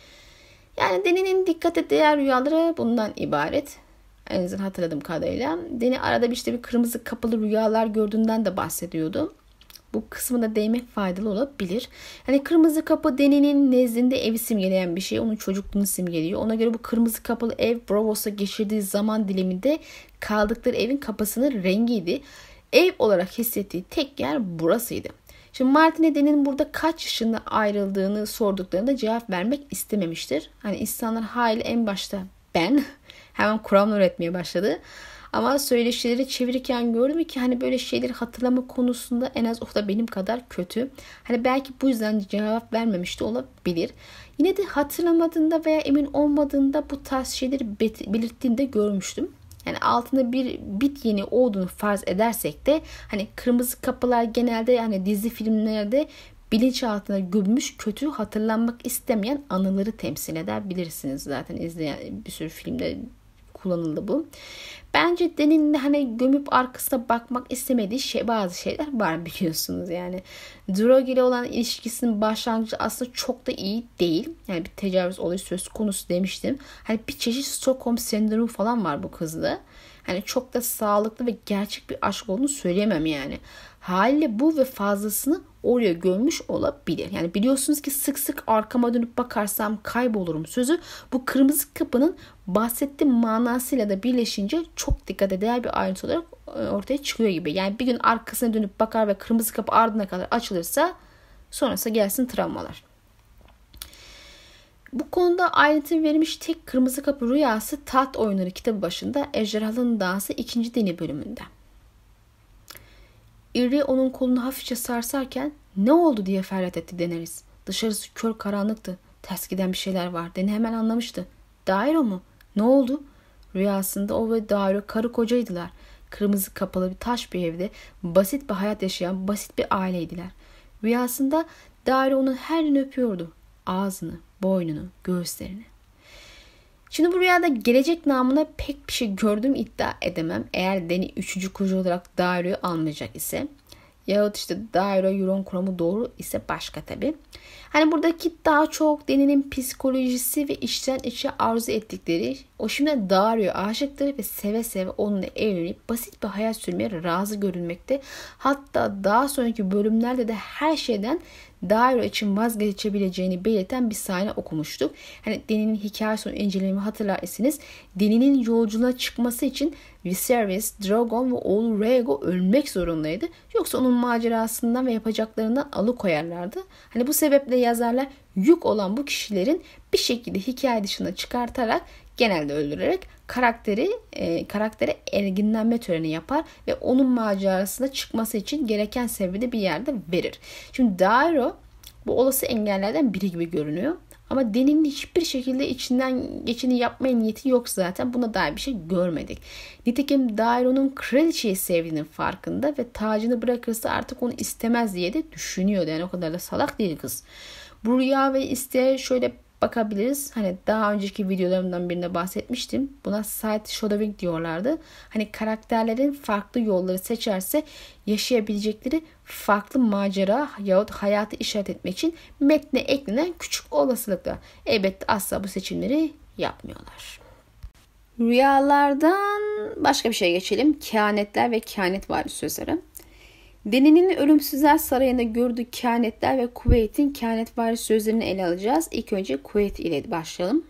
Yani Deni'nin dikkate değer rüyaları bundan ibaret. En azından hatırladığım kadarıyla. Deni arada bir kırmızı kapalı rüyalar gördüğünden de bahsediyordu. Bu kısmına değmek faydalı olabilir. Yani kırmızı kapı Deni'nin nezdinde evi simgeleyen bir şey. Onun çocukluğunu simgeliyor. Ona göre bu kırmızı kapalı ev Bravos'a geçirdiği zaman diliminde kaldıkları evin kapısının rengiydi. Ev olarak hissettiği tek yer burasıydı. Şimdi Martin'e Deni'nin burada kaç yaşında ayrıldığını sorduklarında cevap vermek istememiştir. Hani insanlar hayli en başta ben hemen kuramlar üretmeye başladı. Ama söyleşileri çevirirken gördüm ki hani böyle şeyleri hatırlama konusunda en az o da benim kadar kötü. Hani belki bu yüzden cevap vermemiş de olabilir. Yine de hatırlamadığında veya emin olmadığında bu tarz şeyleri belirttiğinde görmüştüm. Yani altında bir bit yeni olduğunu farz edersek de hani kırmızı kapılar genelde yani dizi filmlerde bilinçaltına gömmüş kötü hatırlanmak istemeyen anıları temsil eder. Bilirsiniz zaten izleyen bir sürü filmde kullanıldı bu. Bence Deni'nin hani gömüp arkasına bakmak istemediği bazı şeyler var biliyorsunuz yani. Drogi ile olan ilişkisinin başlangıcı aslında çok da iyi değil. Yani bir tecavüz olayı söz konusu demiştim. Hani bir çeşit Stockholm sendromu falan var bu kızda. Hani çok da sağlıklı ve gerçek bir aşk olduğunu söyleyemem yani. Haliyle bu ve fazlasını oraya gömmüş olabilir. Yani biliyorsunuz ki sık sık arkama dönüp bakarsam kaybolurum sözü bu kırmızı kapının bahsettiğim manasıyla da birleşince çok dikkat eder bir ayrıntı olarak ortaya çıkıyor gibi. Yani bir gün arkasına dönüp bakar ve kırmızı kapı ardına kadar açılırsa sonrası gelsin travmalar. Bu konuda ayrıntı verilmiş tek kırmızı kapı rüyası Taht Oyunları kitabı başında Ejderhaların Dansı 2. Deni bölümünde. Irri onun kolunu hafifçe sarsarken ne oldu diye feryat etti Daenerys. Dışarısı kör karanlıktı. Ters giden bir şeyler var. Deni hemen anlamıştı. Dairo mu? Ne oldu? Rüyasında o ve Dairo karı kocaydılar. Kırmızı kapalı bir taş bir evde basit bir hayat yaşayan basit bir aileydiler. Rüyasında Dairo onun her yerini öpüyordu. Ağzını, boynunu, göğüslerini. Şimdi bu rüyada gelecek namına pek bir şey gördüğüm iddia edemem. Eğer Deni 3. koca olarak Dairo'yu almayacak ise yahut işte Dairo Euron kuramı doğru ise başka tabi. Hani buradaki daha çok Deni'nin psikolojisi ve içten içe arzu ettikleri o şimdi Dairo'ya aşıktır ve seve seve onunla evlenip basit bir hayat sürmeye razı görülmekte. Hatta daha sonraki bölümlerde de her şeyden Dairo için vazgeçebileceğini belirten bir sahne okumuştuk. Hani Deni'nin hikaye sonu incelememi hatırlarsınız. Deni'nin yolculuğa çıkması için Viserys, Drogon ve oğlu Rhaego ölmek zorundaydı. Yoksa onun macerasından ve yapacaklarından alıkoyarlardı. Hani bu sebeple yazarlar yük olan bu kişilerin bir şekilde hikaye dışına çıkartarak genelde öldürerek karaktere erginlenme töreni yapar ve onun macerasına çıkması için gereken seviyede bir yerde verir. Şimdi Dairo bu olası engellerden biri gibi görünüyor. Ama Deni'nin hiçbir şekilde içinden geçeni yapmaya niyeti yok zaten. Buna dair bir şey görmedik. Nitekim Dairo'nun kraliçeyi sevdiğinin farkında ve tacını bırakırsa artık onu istemez diye de düşünüyordu. Yani o kadar da salak değil kız. Bu rüya ve isteğe şöyle bakabiliriz. Hani daha önceki videolarımdan birinde bahsetmiştim. Buna side shadowing diyorlardı. Hani karakterlerin farklı yolları seçerse yaşayabilecekleri farklı macera yahut hayatı işaret etmek için metne eklenen küçük olasılıklar. Elbette asla bu seçimleri yapmıyorlar. Rüyalardan başka bir şeye geçelim. Kehanetler ve kehanetvari sözleri. Deni'nin Ölümsüzler Sarayı'nda gördüğü kehanetler ve Kuveyt'in kehanetvari sözlerini ele alacağız. İlk önce Kuveyt ile başlayalım.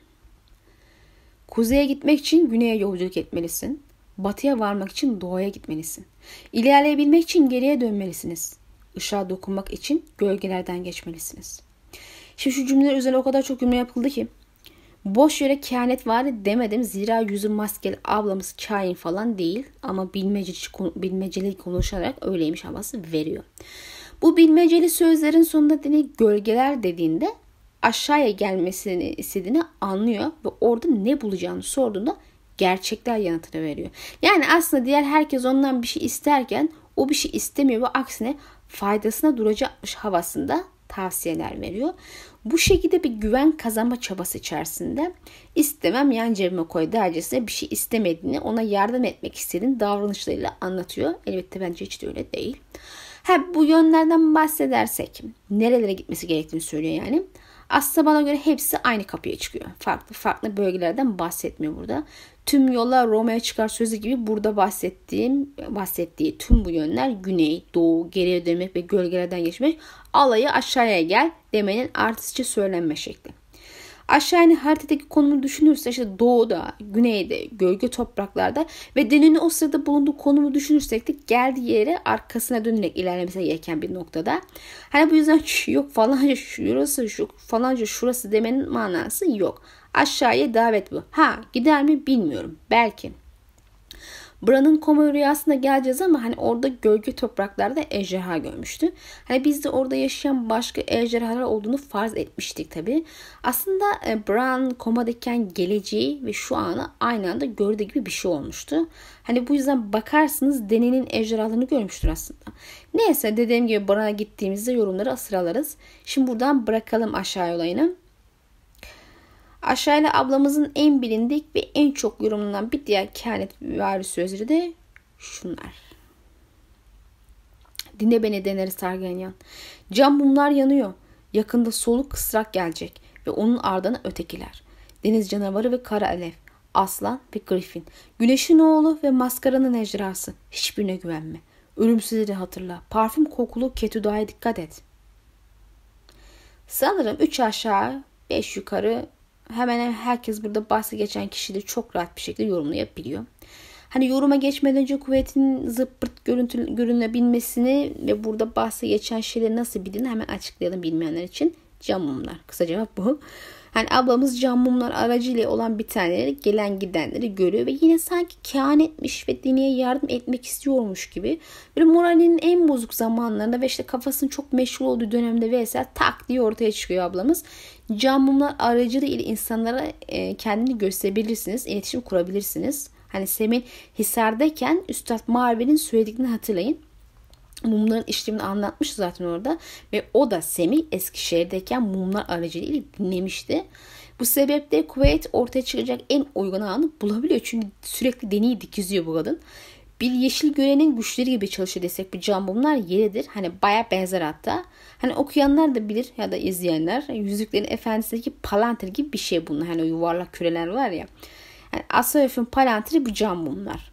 Kuzeye gitmek için güneye yolculuk etmelisin. Batıya varmak için doğuya gitmelisin. İlerleyebilmek için geriye dönmelisiniz. Işığa dokunmak için gölgelerden geçmelisiniz. Şimdi şu cümleler üzerine o kadar çok cümle yapıldı ki boş yere kehanetvari demedim. Zira yüzü maskeli ablamız kain falan değil. Ama bilmeceli konuşarak öyleymiş havası veriyor. Bu bilmeceli sözlerin sonunda Deni gölgeler dediğinde aşağıya gelmesini istediğini anlıyor. Ve orada ne bulacağını sorduğunda gerçekler yanıtını veriyor. Yani aslında diğer herkes ondan bir şey isterken o bir şey istemiyor ve aksine faydasına duracakmış havasında tavsiyeler veriyor. Bu şekilde bir güven kazanma çabası içerisinde istemem yan cebime koy dercesine bir şey istemediğini, ona yardım etmek istediğini davranışlarıyla anlatıyor. Elbette bence hiç de öyle değil. Bu yönlerden bahsedersek nerelere gitmesi gerektiğini söylüyor yani. Aslında bana göre hepsi aynı kapıya çıkıyor. Farklı farklı bölgelerden bahsetmiyor burada. Tüm yollar Roma'ya çıkar sözü gibi burada bahsettiği tüm bu yönler güney, doğu, geriye dönmek ve gölgelerden geçmek, alayı aşağıya gel demenin artistçe söylenme şekli. Aşağı haritadaki konumu düşünürse işte doğuda, güneyde, gölge topraklarda ve Deni'nin o sırada bulunduğu konumu düşünürsek de geldiği yere arkasına dönerek ilerlemesi gereken bir noktada. Bu yüzden yok falanca şurası, falanca şurası demenin manası yok. Aşağıya davet bu. Gider mi bilmiyorum. Belki. Bran'ın koma rüyasına geleceğiz ama orada gölge topraklarda ejderha görmüştü. Biz de orada yaşayan başka ejderhalar olduğunu farz etmiştik tabii. Aslında Bran komadayken geleceği ve şu anı aynı anda gördüğü gibi bir şey olmuştu. Bu yüzden bakarsınız Dany'nin ejderhalarını görmüştür aslında. Neyse dediğim gibi Bran'a gittiğimizde yorumları sıralarız. Şimdi buradan bırakalım aşağı olayını. Aşağıyla ablamızın en bilindik ve en çok yorumlanan bir diğer kehanetvari sözleri de şunlar. Dinle beni Daenerys Targaryen. Cam mumlar yanıyor. Yakında soluk kısrak gelecek ve onun ardına ötekiler. Deniz canavarı ve kara alev. Aslan ve griffin. Güneşin oğlu ve maskaranın ejderhası. Hiçbirine güvenme. Ölümsüzleri hatırla. Parfüm kokulu Ketuda'ya dikkat et. Sanırım 3 aşağı 5 yukarı hemen herkes burada bahsi geçen kişileri çok rahat bir şekilde yorumlayabiliyor. Yoruma geçmeden önce kuvvetin zıppırt görünebilmesini ve burada bahsi geçen şeyleri nasıl bildiğini hemen açıklayalım bilmeyenler için. Cam mumlar. Kısa cevap bu. Ablamız cam mumlar aracıyla olan bitenleri, gelen gidenleri görüyor ve yine sanki kehanetmiş ve Dany'ye yardım etmek istiyormuş gibi. Böyle moralinin en bozuk zamanlarında ve kafasının çok meşgul olduğu dönemde vs. tak diye ortaya çıkıyor ablamız. Cam mumlar aracılığıyla insanlara kendini gösterebilirsiniz, iletişim kurabilirsiniz. Sem'in Hisar'dayken Üstad Marvel'in söylediklerini hatırlayın. Mumların işlemini anlatmıştı zaten orada. Ve o da Sem'i Eskişehir'deyken mumlar aracılığıyla dinlemişti. Bu sebeple kuvvet ortaya çıkacak en uygun anı bulabiliyor. Çünkü sürekli Dany'yi dikizliyor bu kadın. Bir yeşil görenin güçleri gibi çalışıyor desek bu cam mumlar yeridir. Baya benzer hatta. Okuyanlar da bilir ya da izleyenler. Yüzüklerin Efendisi'ndeki palantir gibi bir şey bunlar. O yuvarlak küreler var ya. Asaelf'in palantiri bu cam mumlar.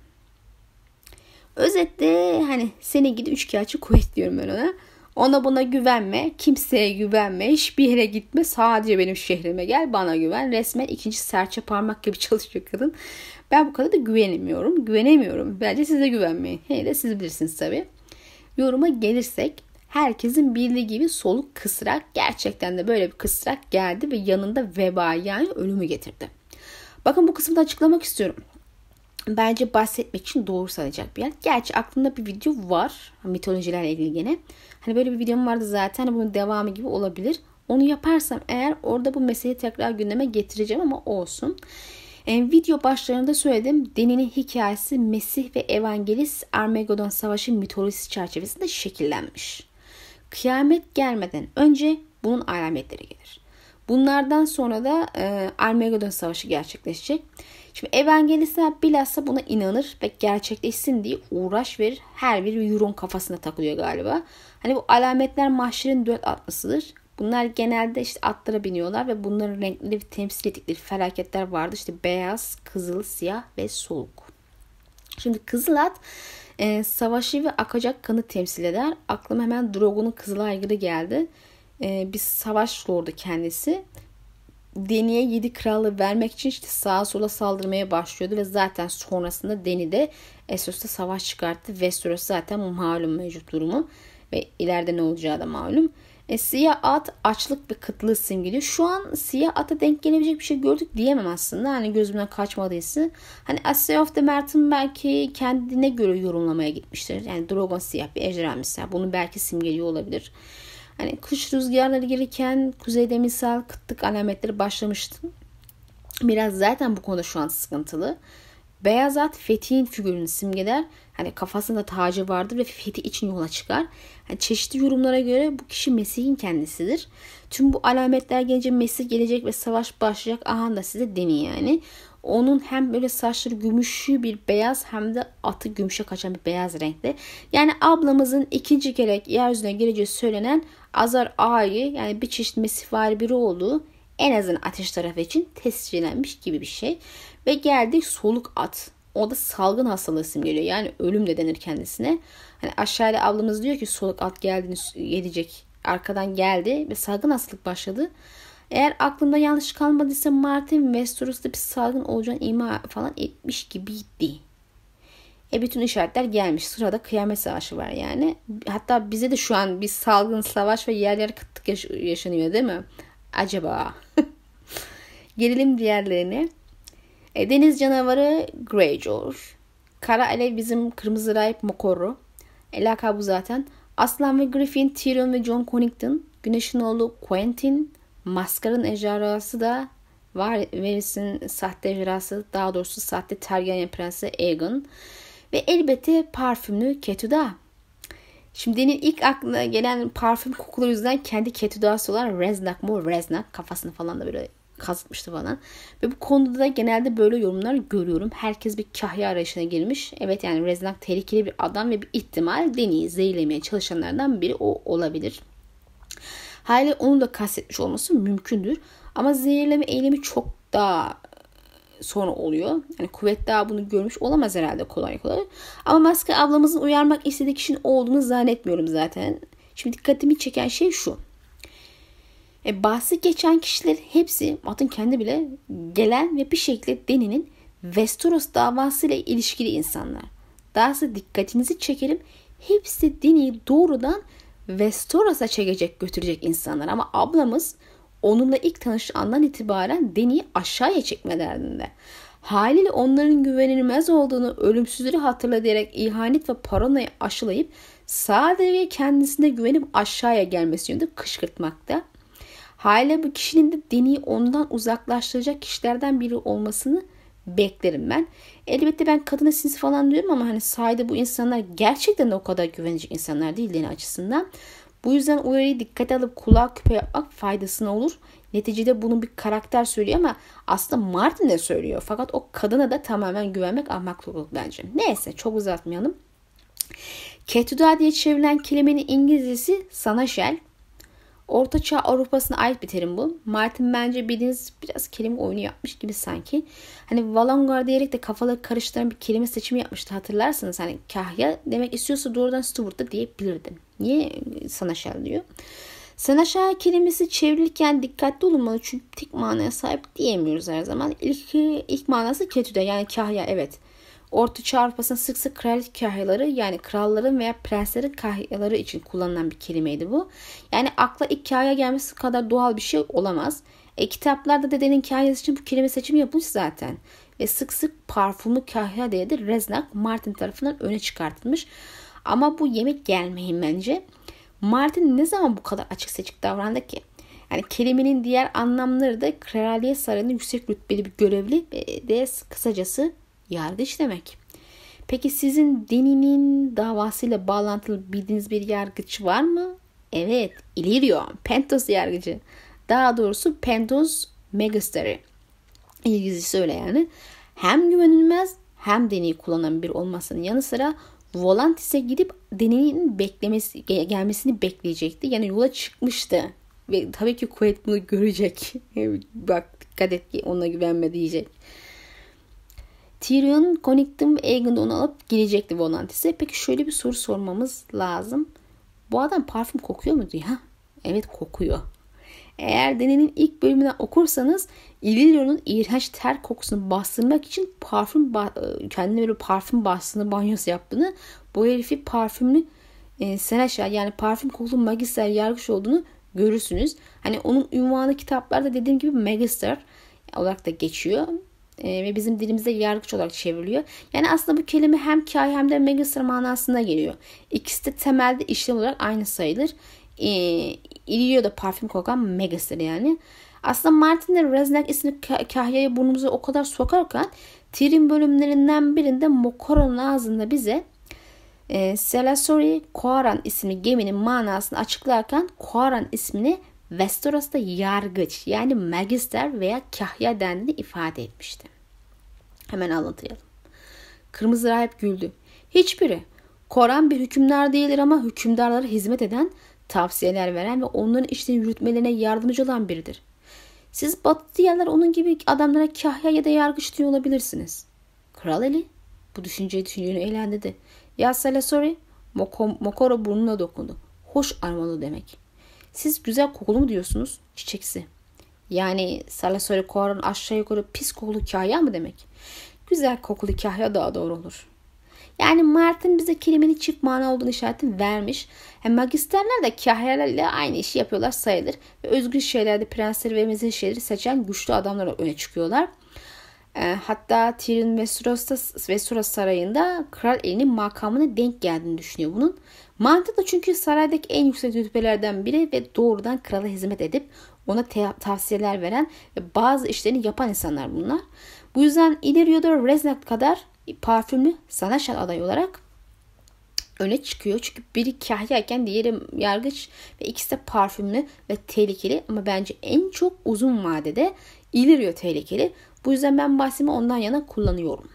Özetle seni gidi üçkağıtçı kuvvet diyorum ben ona. Ona buna güvenme, kimseye güvenme, hiçbir yere gitme, sadece benim şehrime gel, bana güven. Resmen ikinci serçe parmak gibi çalışıyor kadın. Ben bu kadar da güvenemiyorum. Bence size güvenmeyin. Hele siz bilirsiniz tabii. Yoruma gelirsek, herkesin bildiği gibi soluk kısrak, gerçekten de böyle bir kısrak geldi ve yanında veba yani ölümü getirdi. Bakın bu kısmı da açıklamak istiyorum. Bence bahsetmek için doğru sayılacak bir yer. Gerçi aklımda bir video var. Mitolojilerle ilgili gene. Böyle bir videom vardı zaten. Bunun devamı gibi olabilir. Onu yaparsam eğer orada bu meseleyi tekrar gündeme getireceğim ama olsun. Video başlarında söyledim. Dany'nin hikayesi Mesih ve Evangelist Armageddon Savaşı mitolojisi çerçevesinde şekillenmiş. Kıyamet gelmeden önce bunun alametleri gelir. Bunlardan sonra da Armageddon Savaşı gerçekleşecek. Şimdi evangelistler bilhassa buna inanır ve gerçekleşsin diye uğraş verir. Her biri Euron kafasına takılıyor galiba. Bu alametler mahşerin dört atlısıdır. Bunlar genelde atlara biniyorlar ve bunların renkleri temsil ettikleri felaketler vardır. Beyaz, kızıl, siyah ve soluk. Şimdi kızıl at savaşı ve akacak kanı temsil eder. Aklıma hemen Drogo'nun kızıl aygırı geldi. Bir savaş lordu kendisi. Dany'ye 7 krallığı vermek için sağa sola saldırmaya başlıyordu ve zaten sonrasında Dany de Essos'ta savaş çıkarttı. Westeros zaten malum mevcut durumu ve ileride ne olacağı da malum. Siyah at açlık ve kıtlığı simgeliyor. Şu an siyah ata denk gelebilecek bir şey gördük diyemem aslında. Gözümden kaçmadıysa. Asay of the Mert'in belki kendine göre yorumlamaya gitmiştir. Drogon siyah bir ejderha misal. Bunu belki simgeliyor olabilir. Kış rüzgarları gelirken kuzeyde misal kıtlık alametleri başlamıştı. Biraz zaten bu konuda şu an sıkıntılı. Beyaz at fethin figürünü simgeler. Hani kafasında tacı vardır ve fethi için yola çıkar. Yani çeşitli yorumlara göre bu kişi Mesih'in kendisidir. Tüm bu alametler gelince Mesih gelecek ve savaş başlayacak. Aha da size denin yani. Onun hem böyle saçları gümüşü bir beyaz hem de atı gümüşe kaçan bir beyaz renkte. Yani ablamızın ikinci kere yeryüzüne geleceği söylenen Azar Ağa'yı yani bir çeşit mesihvari biri olduğu en azından ateş tarafı için tescillenmiş gibi bir şey. Ve geldik soluk at. O da salgın hastalığı simgeliyor. Yani ölüm de denir kendisine. Hani aşağıda ablamız diyor ki soluk at geldiğini gelecek. Arkadan geldi ve salgın hastalık başladı. Eğer aklımda yanlış kalmadıysa Martin Westeros'ta bir salgın olacağını ima falan etmiş gibiydi. Bütün işaretler gelmiş. Sırada kıyamet savaşı var yani. Hatta bize de şu an bir salgın savaş ve yer yer kıtlık yaşanıyor değil mi? Acaba? Gelelim diğerlerine. Deniz canavarı Greyjoy. Kara alev bizim kırmızı rahip Mokorro. Lakabı zaten. Aslan ve Griffin, Tyrion ve Jon Connington. Güneşin oğlu Quentyn. Maskar'ın ejderhası da var. Varys'in sahte ejderhası, daha doğrusu sahte Targaryen prensi Aegon. Ve elbette parfümlü Ketuda. Şimdi Dany'nin ilk aklına gelen parfüm kokuları yüzünden kendi Ketuda'sı olan Reznak mı? Reznak kafasını falan da böyle kazıtmıştı falan. Ve bu konuda da genelde böyle yorumlar görüyorum. Herkes bir kahya arayışına girmiş. Evet yani Reznak tehlikeli bir adam ve bir ihtimal Dany'yi zehirlemeye çalışanlardan biri o olabilir. Hali onu da kastetmiş olması mümkündür. Ama zehirleme eylemi çok daha sonra oluyor. Yani kuvvet daha bunu görmüş olamaz herhalde kolay kolay. Ama Maske ablamızın uyarmak istediği kişinin olduğunu zannetmiyorum zaten. Şimdi dikkatimi çeken şey şu. Bahsi geçen kişilerin hepsi Mat'ın kendi bile gelen ve bir şekilde Dany'nin Westeros davasıyla ilişkili insanlar. Dahası dikkatinizi çekerim. Hepsi Dany'yi doğrudan Westeros'a çekecek götürecek insanlar. Ama ablamız onunla ilk tanıştığı andan itibaren Dany'yi aşağıya çekme derdinde. Haliyle onların güvenilmez olduğunu ölümsüzleri hatırlayarak ihanet ve paranoya aşılayıp sadece kendisine güvenip aşağıya gelmesi yönünde kışkırtmakta. Haliyle bu kişinin de Dany'yi ondan uzaklaştıracak kişilerden biri olmasını beklerim ben. Elbette ben kadına sinsi falan diyorum ama hani sahide bu insanlar gerçekten de o kadar güvenilir insanlar değil Dany açısından. Bu yüzden uyarıyı dikkate alıp kulağa küpe yapmak faydasına olur. Neticede bunun bir karakter söylüyor ama aslında Martin de söylüyor. Fakat o kadına da tamamen güvenmek ahmaklık olur bence. Neyse çok uzatmayalım. Ketuda diye çevrilen kelimenin İngilizcesi Sanaşel. Orta Çağ Avrupa'sına ait bir terim bu. Martin bence bildiğiniz biraz kelime oyunu yapmış gibi sanki. Hani Valongar diyerek de kafaları karıştıran bir kelime seçimi yapmıştı hatırlarsanız. Hani kahya demek istiyorsa doğrudan Stewart da diyebilirdim. Niye Sanaşel diyor? Sanaşel kelimesi çevrilirken dikkatli olunmalı çünkü tek manaya sahip diyemiyoruz her zaman. İlk manası Ketuda yani kahya evet. Orta Çağ Avrupa'sında sık sık kraliyet kahyaları yani kralların veya prenslerin kahyaları için kullanılan bir kelimeydi bu. Yani akla ilk kahya gelmesi kadar doğal bir şey olamaz. Kitaplarda dedenin kahyası için bu kelime seçimi yapılmış zaten. Ve sık sık parfümlü kahya diye de Reznak Martin tarafından öne çıkartılmış. Ama bu yemek gelmeyin bence. Martin ne zaman bu kadar açık seçik davrandı ki? Yani kelimenin diğer anlamları da kraliyet sarayında yüksek rütbeli bir görevli de kısacası yargıç demek. Peki sizin Dany'nin davasıyla bağlantılı bildiğiniz bir yargıç var mı? Evet, Illyrio, Pentos yargıcı. Daha doğrusu Pentos Magister'i. İngilizcesi öyle yani. Hem güvenilmez hem Dany'yi kullanan bir olmasının yanı sıra Volantis'e gidip Dany'nin gelmesini bekleyecekti. Yani yola çıkmıştı. Ve tabii ki Quaid bunu görecek. Bak dikkat et ki ona güvenme diyecek. Tyrion, Connington ve Aegon onu alıp gelecekti Volantis'e. Peki şöyle bir soru sormamız lazım. Bu adam parfüm kokuyor mu diyor. Evet kokuyor. Eğer Dany'nin ilk bölümünden okursanız Illyrio'nun iğrenç ter kokusunu bastırmak için kendine böyle parfüm bastığını banyosu yaptığını bu herifi parfümlü Seneşal yani parfüm kokulu magister yargıç olduğunu görürsünüz. Hani onun ünvanı kitaplarda dediğim gibi magister olarak da geçiyor. Ve bizim dilimizde yargıç olarak çevriliyor. Yani aslında bu kelime hem kahya hem de magister manasına geliyor. İkisi de temelde işlem olarak aynı sayılır. Illyrio da parfüm kokan magister yani. Aslında Martin de Reznak isimli kahyayı burnumuza o kadar sokarken Tyrion bölümlerinden birinde Mokoro'nun ağzında bize Selasori Koaran isimli geminin manasını açıklarken Koaran ismini Westeros'ta yargıç yani magister veya kahya dendiğini ifade etmişti. Hemen anlatayım. Kırmızı Rahip güldü. Hiçbiri. Koran bir hükümdar değildir ama hükümdarlara hizmet eden, tavsiyeler veren ve onların işlerini yürütmelerine yardımcı olan biridir. Siz batı diyarlar onun gibi adamlara kahya ya da yargıç diyor olabilirsiniz. Kral Eli bu düşünceyi eğlendirdi. Ya Selasori, Mokoro burnuna dokundu. Hoş aromalı demek. Siz güzel kokulu mu diyorsunuz? Çiçeksi. Yani Selasori Koran'ın aşağı yukarı pis kokulu kahya mı demek? Güzel kokulu kahya daha doğru olur. Yani Martin bize kelimenin çift mana olduğunu işareti vermiş. Hem magisterler de kahyalarla aynı işi yapıyorlar sayılır. Ve özgür şeylerde prensleri ve mezhep şeyleri seçen güçlü adamlar öne çıkıyorlar. Hatta Tyrion Westeros sarayında Kral Eli'nin makamına denk geldiğini düşünüyor bunun. Mantığı da çünkü saraydaki en yüksek rütbelerden biri ve doğrudan krala hizmet edip ona tavsiyeler veren ve bazı işlerini yapan insanlar bunlar. Bu yüzden Illyrio Reznat kadar parfümlü sanatsal aday olarak öne çıkıyor. Çünkü biri kahyayken diğeri yargıç ve ikisi de parfümlü ve tehlikeli ama bence en çok uzun vadede Illyrio tehlikeli. Bu yüzden ben bahsimi ondan yana kullanıyorum.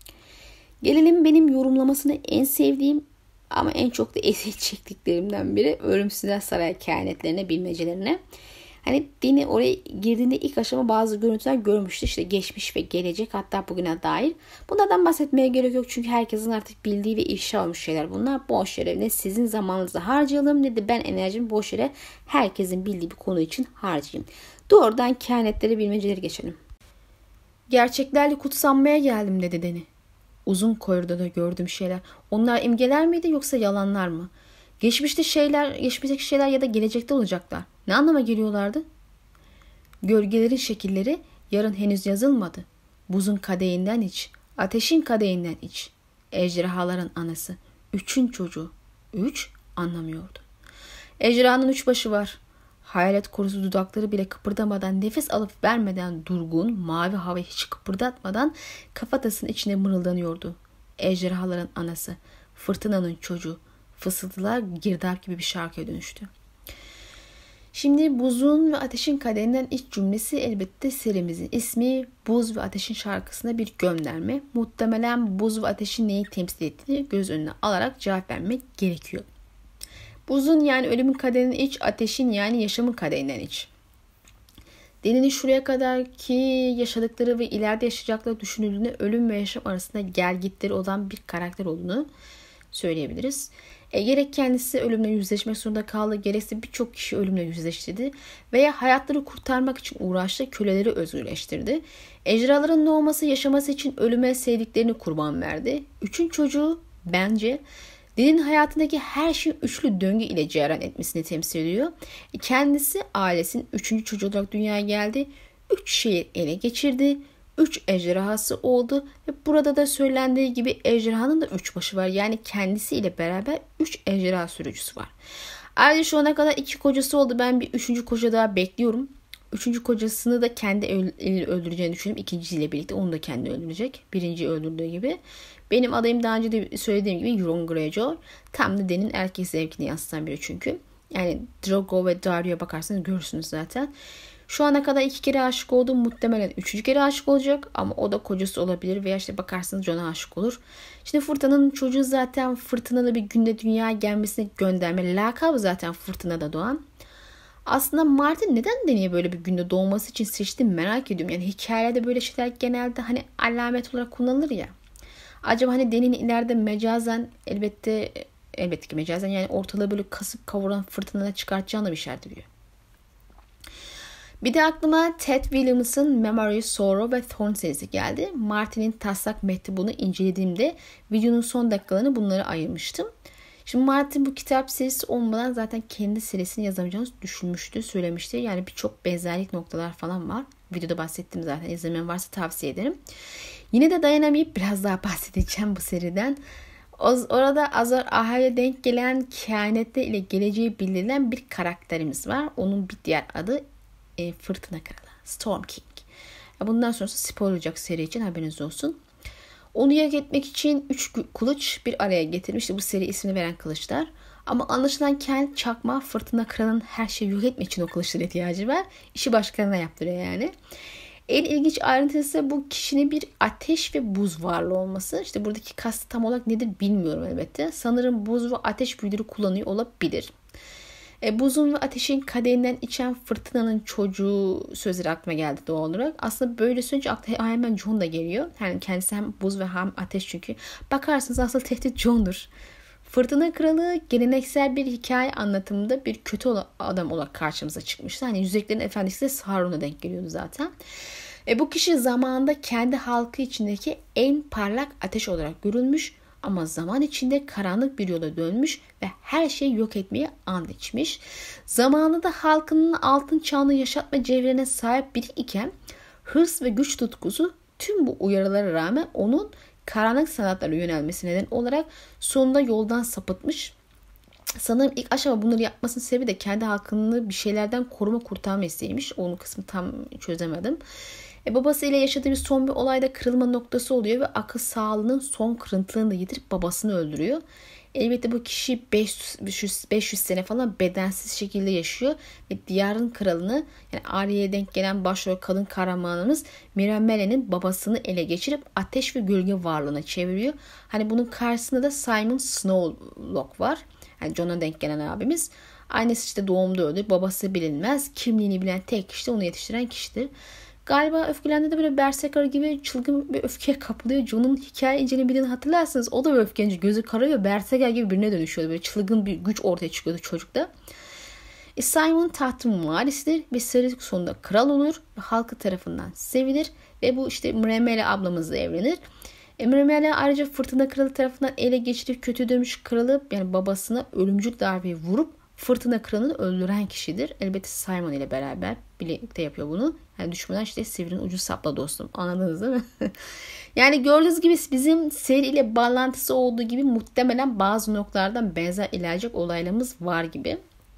Gelelim benim yorumlamasını en sevdiğim ama en çok da eziyet çektiklerimden biri Ölümsüzler Sarayı kehanetlerine, bilmecelerine. Hani Dany oraya girdiğinde ilk aşama bazı görüntüler görmüştü. İşte geçmiş ve gelecek hatta bugüne dair. Bunlardan bahsetmeye gerek yok. Çünkü herkesin artık bildiği ve ifşa olmuş şeyler bunlar. Boş yere ne sizin zamanınızı harcayalım ne de ben enerjimi boş yere herkesin bildiği bir konu için harcayayım. Doğrudan kehanetleri, bilmeceleri geçelim. Gerçeklerle kutsanmaya geldim dedi Dany. Uzun koridorda gördüğüm şeyler. Onlar imgeler miydi yoksa yalanlar mı? Geçmişteki şeyler ya da gelecekte olacaklar. Ne anlama geliyorlardı? Gölgelerin şekilleri yarın henüz yazılmadı. Buzun kadehinden iç, ateşin kadehinden iç. Ejderhaların anası, 3'ün çocuğu. 3 anlamıyordu. Ejderhanın 3 başı var. Hayalet korusu dudakları bile kıpırdamadan, nefes alıp vermeden durgun, mavi hava hiç kıpırdatmadan kafatasının içine mırıldanıyordu. Ejderhaların anası, fırtınanın çocuğu. Fısıltılar girdap gibi bir şarkıya dönüştü. Şimdi buzun ve ateşin kadehinden iç cümlesi elbette serimizin ismi. Buz ve Ateşin şarkısına bir gönderme. Muhtemelen buz ve ateşin neyi temsil ettiğini göz önüne alarak cevap vermek gerekiyor. Buzun yani ölümün kadehinden iç, ateşin yani yaşamın kadehinden iç. Dany'nin şuraya kadar ki yaşadıkları ve ileride yaşayacakları düşünüldüğünde ölüm ve yaşam arasında gelgitleri olan bir karakter olduğunu söyleyebiliriz. Gerek kendisi ölümle yüzleşmek zorunda kaldı, gerekse birçok kişi ölümle yüzleştirdi veya hayatları kurtarmak için uğraştı, köleleri özgürleştirdi. Ejderhaların doğması, yaşaması için ölüme sevdiklerini kurban verdi. 3'ün çocuğu bence Dany'nin hayatındaki her şeyin üçlü döngü ile cereyan etmesini temsil ediyor. Kendisi ailesinin 3. çocuğu olarak dünyaya geldi. 3 şehir ele geçirdi. 3 ejderhası oldu ve burada da söylendiği gibi ejderhanın da 3 başı var. Yani kendisiyle beraber 3 ejderha sürücüsü var. Ayrıca şu ana kadar 2 kocası oldu. Ben bir 3. koca daha bekliyorum. 3. kocasını da kendi eliyle öldüreceğini düşünüyorum. İkincisiyle birlikte onu da kendi öldürecek. Birinciyi öldürdüğü gibi. Benim adayım daha önce de söylediğim gibi Euron Greyjoy. Tam da Dany'nin erkek zevkini yansıtan biri çünkü. Yani Drogo ve Daario'ya bakarsanız görürsünüz zaten. Şu ana kadar 2 kere aşık oldum. Muhtemelen 3. kere aşık olacak. Ama o da kocası olabilir. Veya işte bakarsanız Jon'a aşık olur. Şimdi Fırtına'nın çocuğu zaten fırtınalı bir günde dünyaya gelmesine gönderme. Lakabı zaten Fırtına'da doğan. Aslında Martin neden Dany'ye böyle bir günde doğması için seçti merak ediyorum. Yani hikayelerde böyle şeyler genelde hani alamet olarak kullanılır ya. Acaba hani Dany'nin ileride mecazen elbette ki mecazen yani ortalığı böyle kasıp kavuran fırtınada çıkartacağını bir işaret ediyor. Bir de aklıma Ted Williams'ın Memory, Sorrow ve Thorn serisi geldi. Martin'in taslak mektubunu incelediğimde videonun son dakikalarını bunlara ayırmıştım. Şimdi Martin bu kitap serisi olmadan zaten kendi serisini yazamayacağını düşünmüştü, söylemişti. Yani birçok benzerlik noktalar falan var. Videoda bahsettim zaten. İzlemeyen varsa tavsiye ederim. Yine de dayanamayıp biraz daha bahsedeceğim bu seriden. Orada Azor Ahai'ye denk gelen kehanetler ile geleceği bildirilen bir karakterimiz var. Onun bir diğer adı Fırtına Kralı, Storm King. Bundan sonrası spoiler olacak seri için haberiniz olsun. Onu yok etmek için 3 kılıç bir araya getirmişti. Bu seri ismini veren kılıçlar. Ama anlaşılan Kent çakma Fırtına Kralı'nın her şeyi yok etmek için o kılıçlara ihtiyacı var. İşi başkalarına yaptırıyor yani. En ilginç ayrıntısı ise bu kişinin bir ateş ve buz varlığı olması. İşte buradaki kast tam olarak nedir bilmiyorum elbette. Sanırım buz ve ateş büyüleri kullanıyor olabilir. Buzun ve ateşin kaderinden içen fırtınanın çocuğu sözleri aklıma geldi doğal olarak. Aslında böyle söyleyince aklıma hemen Jon da geliyor. Yani kendisi hem buz ve hem ateş çünkü. Bakarsınız aslında tehdit Jon'dur. Fırtına Kralı geleneksel bir hikaye anlatımında bir kötü adam olarak karşımıza çıkmıştı. Hani Yüzüklerin Efendisi de Sauron'a denk geliyordu zaten. Bu kişi zamanında kendi halkı içindeki en parlak ateş olarak görülmüş ama zaman içinde karanlık bir yola dönmüş ve her şeyi yok etmeye and içmiş. Zamanında halkının altın çağını yaşatma cevherine sahip biri iken hırs ve güç tutkusu tüm bu uyarılara rağmen onun karanlık sanatlara yönelmesi neden olarak sonunda yoldan sapıtmış. Sanırım ilk aşama bunları yapmasının sebebi de kendi halkını bir şeylerden koruma kurtarma isteğiymiş. Onun kısmı tam çözemedim. Babasıyla yaşadığı bir son bir olayda kırılma noktası oluyor ve akıl sağlığının son kırıntılarını da yitirip babasını öldürüyor. Elbette bu kişi 500 sene falan bedensiz şekilde yaşıyor ve diyarın kralını yani Arya'ya denk gelen başrol kadın kahramanımız Miramelle'nin babasını ele geçirip ateş ve gölge varlığına çeviriyor. Hani bunun karşısında da Simon Snowlock var. Yani Jon'a denk gelen abimiz. Annesi işte doğumda öldü. Babası bilinmez. Kimliğini bilen tek kişi de onu yetiştiren kişidir. Galiba öfkelendiğinde de böyle Berserker gibi çılgın bir öfkeye kapılıyor. Jon'un hikaye incelemelerini hatırlarsanız o da böyle öfkenince gözü kararıyor ve Berserker gibi birine dönüşüyordu. Böyle çılgın bir güç ortaya çıkıyordu çocukta. Simon tahtın varisidir ve seri sonunda kral olur ve halkı tarafından sevilir ve bu işte Mremele ablamızla evlenir. Mremele ayrıca Fırtına Kralı tarafından ele geçirip kötü dönmüş kralı yani babasına ölümcül darbeyi vurup Fırtına Kralı'nı öldüren kişidir. Elbette Simon ile beraber birlikte yapıyor bunu. Yani düşmanlar işte sivrinin ucu sapla dostum. Anladınız değil mi? Yani gördüğünüz gibi bizim seriyle bağlantısı olduğu gibi muhtemelen bazı noktalardan benzer ilerleyecek olaylarımız var gibi.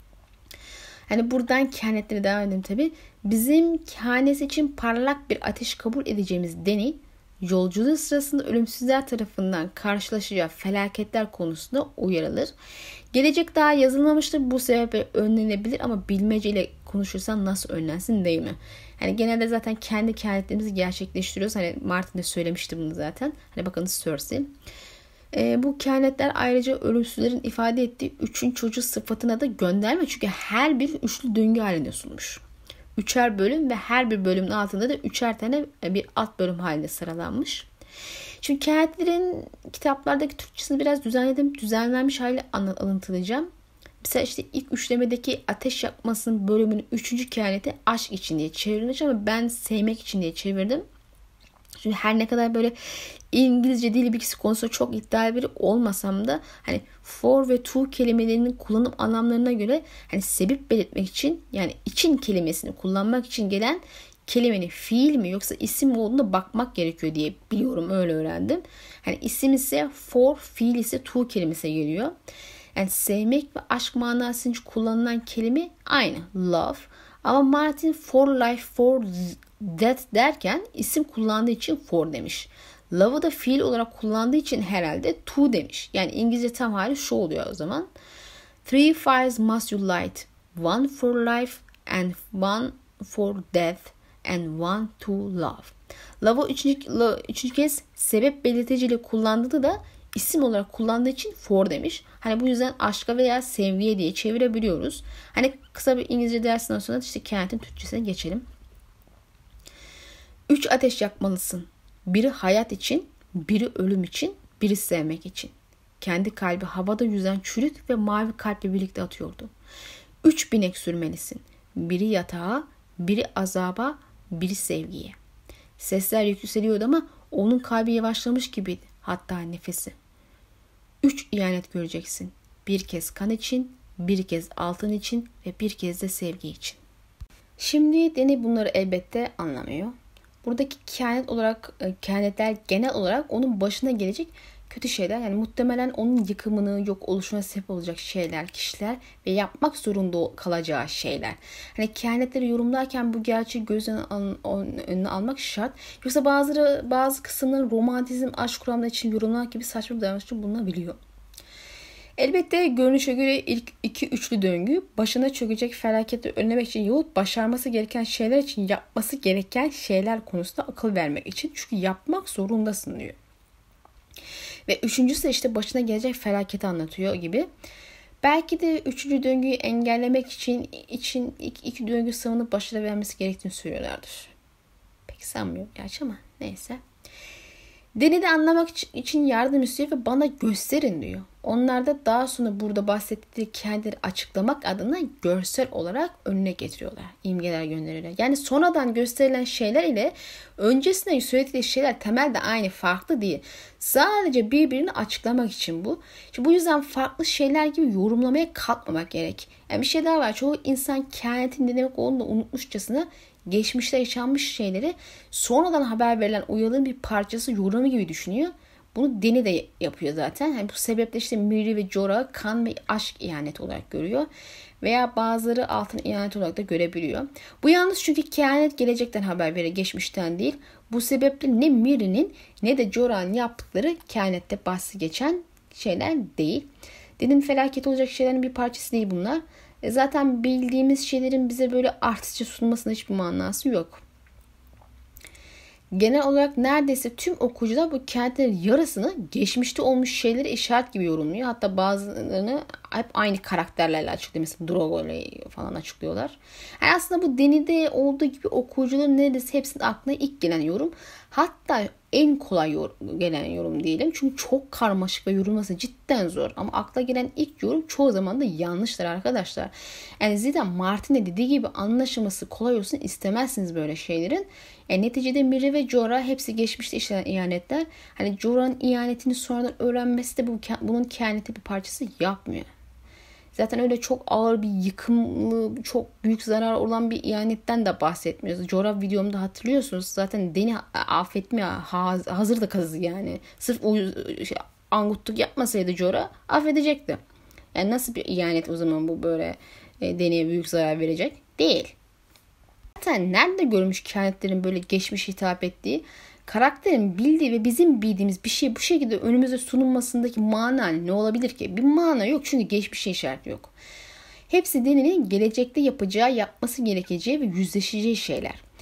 Hani buradan kehanetlere devam edelim tabii. Bizim kehanesi için parlak bir ateş kabul edeceğimiz Dany, yolculuğu sırasında ölümsüzler tarafından karşılaşacağı felaketler konusunda uyarılır. Gelecek daha yazılmamıştır. Bu sebeple önlenebilir ama bilmeceyle konuşursan nasıl önlensin değil mi? Hani genelde zaten kendi kehanetlerimizi gerçekleştiriyoruz. Hani Martin de söylemişti bunu zaten. Hani bakın Cersei. Bu kehanetler ayrıca ölümsüzlerin ifade ettiği 3. çocuğu sıfatına da gönderme. Çünkü her bir üçlü döngü halinde sunmuş. 3'er bölüm ve her bir bölümün altında da 3'er tane bir alt bölüm halinde sıralanmış. Şimdi kehanetlerin kitaplardaki Türkçesini biraz düzenledim. Düzenlenmiş haliyle alıntılayacağım. Mesela işte ilk üçlemedeki ateş yakmasının bölümünün 3. kehaneti aşk için diye çevrilmiş ama ben sevmek için diye çevirdim. Çünkü her ne kadar böyle İngilizce dil bilgisi konusunda çok iddialı biri olmasam da hani for ve to kelimelerinin kullanım anlamlarına göre hani sebep belirtmek için yani için kelimesini kullanmak için gelen kelimenin fiil mi yoksa isim mi olduğuna bakmak gerekiyor diye biliyorum, öyle öğrendim. Hani isim ise for, fiil ise to kelimesi geliyor. Yani sevmek ve aşk manası için kullanılan kelime aynı, love. Ama Martin for life, for death derken isim kullandığı için for demiş. Love'ı da fiil olarak kullandığı için herhalde to demiş. Yani İngilizce tam hali şu oluyor o zaman. Three fires must you light. One for life and one for death and one to love. Love'ı üçüncü kez sebep belirticiyle kullandığı da isim olarak kullandığı için for demiş. Hani bu yüzden aşka veya sevgiye diye çevirebiliyoruz. Hani kısa bir İngilizce dersinden sonra işte kehanetin Türkçesine geçelim. 3 ateş yakmalısın. Biri hayat için, biri ölüm için, biri sevmek için. Kendi kalbi havada yüzen çürük ve mavi kalple birlikte atıyordu. 3 binek sürmelisin. Biri yatağa, biri azaba, biri sevgiye. Sesler yükseliyordu ama onun kalbi yavaşlamış gibiydi. Hatta nefesi. 3 ihanet göreceksin. Bir kez kan için, bir kez altın için ve bir kez de sevgi için. Şimdi Dany bunları elbette anlamıyor. Buradaki kehanetler genel olarak onun başına gelecek kötü şeyler. Yani muhtemelen onun yıkımını, yok oluşuna sebep olacak şeyler, kişiler ve yapmak zorunda kalacağı şeyler. Hani kehanetleri yorumlarken bu gerçeği göz önüne almak şart. Yoksa bazı kısımların romantizm, aşk kuramları için yorumlamak gibi saçma bir davranışta bulunabiliyor. Elbette görünüşe göre ilk iki üçlü döngü başına çökecek felaketi önlemek için yahut başarması gereken şeyler için yapması gereken şeyler konusunda akıl vermek için. Çünkü yapmak zorundasın diyor. Ve üçüncüsü işte başına gelecek felaketi anlatıyor gibi. Belki de üçüncü döngüyü engellemek için ilk iki döngü savunup başarı vermesi gerektiğini söylüyorlardır. Pek sanmıyorum gerçi ama neyse. Deney'i anlamak için yardım istiyor ve bana gösterin diyor. Onlar da daha sonra burada bahsettikleri kendileri açıklamak adına görsel olarak önüne getiriyorlar. İmgeler gönderiyorlar. Yani sonradan gösterilen şeyler ile öncesinde söyledikleri şeyler temelde aynı, farklı değil. Sadece birbirini açıklamak için bu. İşte bu yüzden farklı şeyler gibi yorumlamaya kalkmamak gerek. Yani bir şey daha var. Çoğu insan kehanetin ne demek olduğunu unutmuşçasına geçmişte yaşanmış şeyleri sonradan haber verilen uyarının bir parçası, yorumu gibi düşünüyor. Bunu Deni de yapıyor zaten. Yani bu sebeple işte Miri ve Jorah kan ve aşk ihaneti olarak görüyor. Veya bazıları altın ihanet olarak da görebiliyor. Bu yalnız çünkü kehanet gelecekten haber verir, geçmişten değil. Bu sebeple ne Miri'nin ne de Jorah'ın yaptıkları kehanette bahsi geçen şeyler değil. Deni'nin felaket olacak şeylerin bir parçası değil bunlar. Zaten bildiğimiz şeylerin bize böyle artistçe sunmasının hiçbir manası yok. Genel olarak neredeyse tüm okuyucular bu kehanetlerin yarısını geçmişte olmuş şeyleri işaret gibi yorumluyor. Hatta bazılarını hep aynı karakterlerle açıklıyor. Mesela Drogo ile falan açıklıyorlar. Yani aslında bu Deni'de olduğu gibi okuyucuların neredeyse hepsinin aklına ilk gelen yorum. Hatta en kolay gelen yorum diyelim. Çünkü çok karmaşık ve yorulması cidden zor. Ama akla gelen ilk yorum çoğu zaman da yanlıştır arkadaşlar. Yani zaten Martin'e dediği gibi anlaşılması kolay olsun istemezsiniz böyle şeylerin. Neticede Miri ve Jorah hepsi geçmişte işlenen ihanetler. Hani Jorah'ın ihanetini sonradan öğrenmesi de bunun kehaneti bir parçası yapmıyor. Zaten öyle çok ağır bir yıkımlı, çok büyük zarar olan bir ihanetten de bahsetmiyoruz. Jorah videomda hatırlıyorsunuz. Zaten Deni affetmiyor. Hazır da kazı yani. Sırf o angutluk yapmasaydı Jorah affedecekti. Yani nasıl bir ihanet o zaman bu böyle Deni'ye büyük zarar verecek? Değil. Zaten nerede görmüş kehanetlerin böyle geçmiş hitap ettiği, karakterin bildiği ve bizim bildiğimiz bir şey bu şekilde önümüze sunulmasındaki mana ne olabilir ki? Bir mana yok çünkü geçmişe işaret yok. Hepsi Deni'nin gelecekte yapacağı, yapması gerekeceği ve yüzleşeceği şeyler.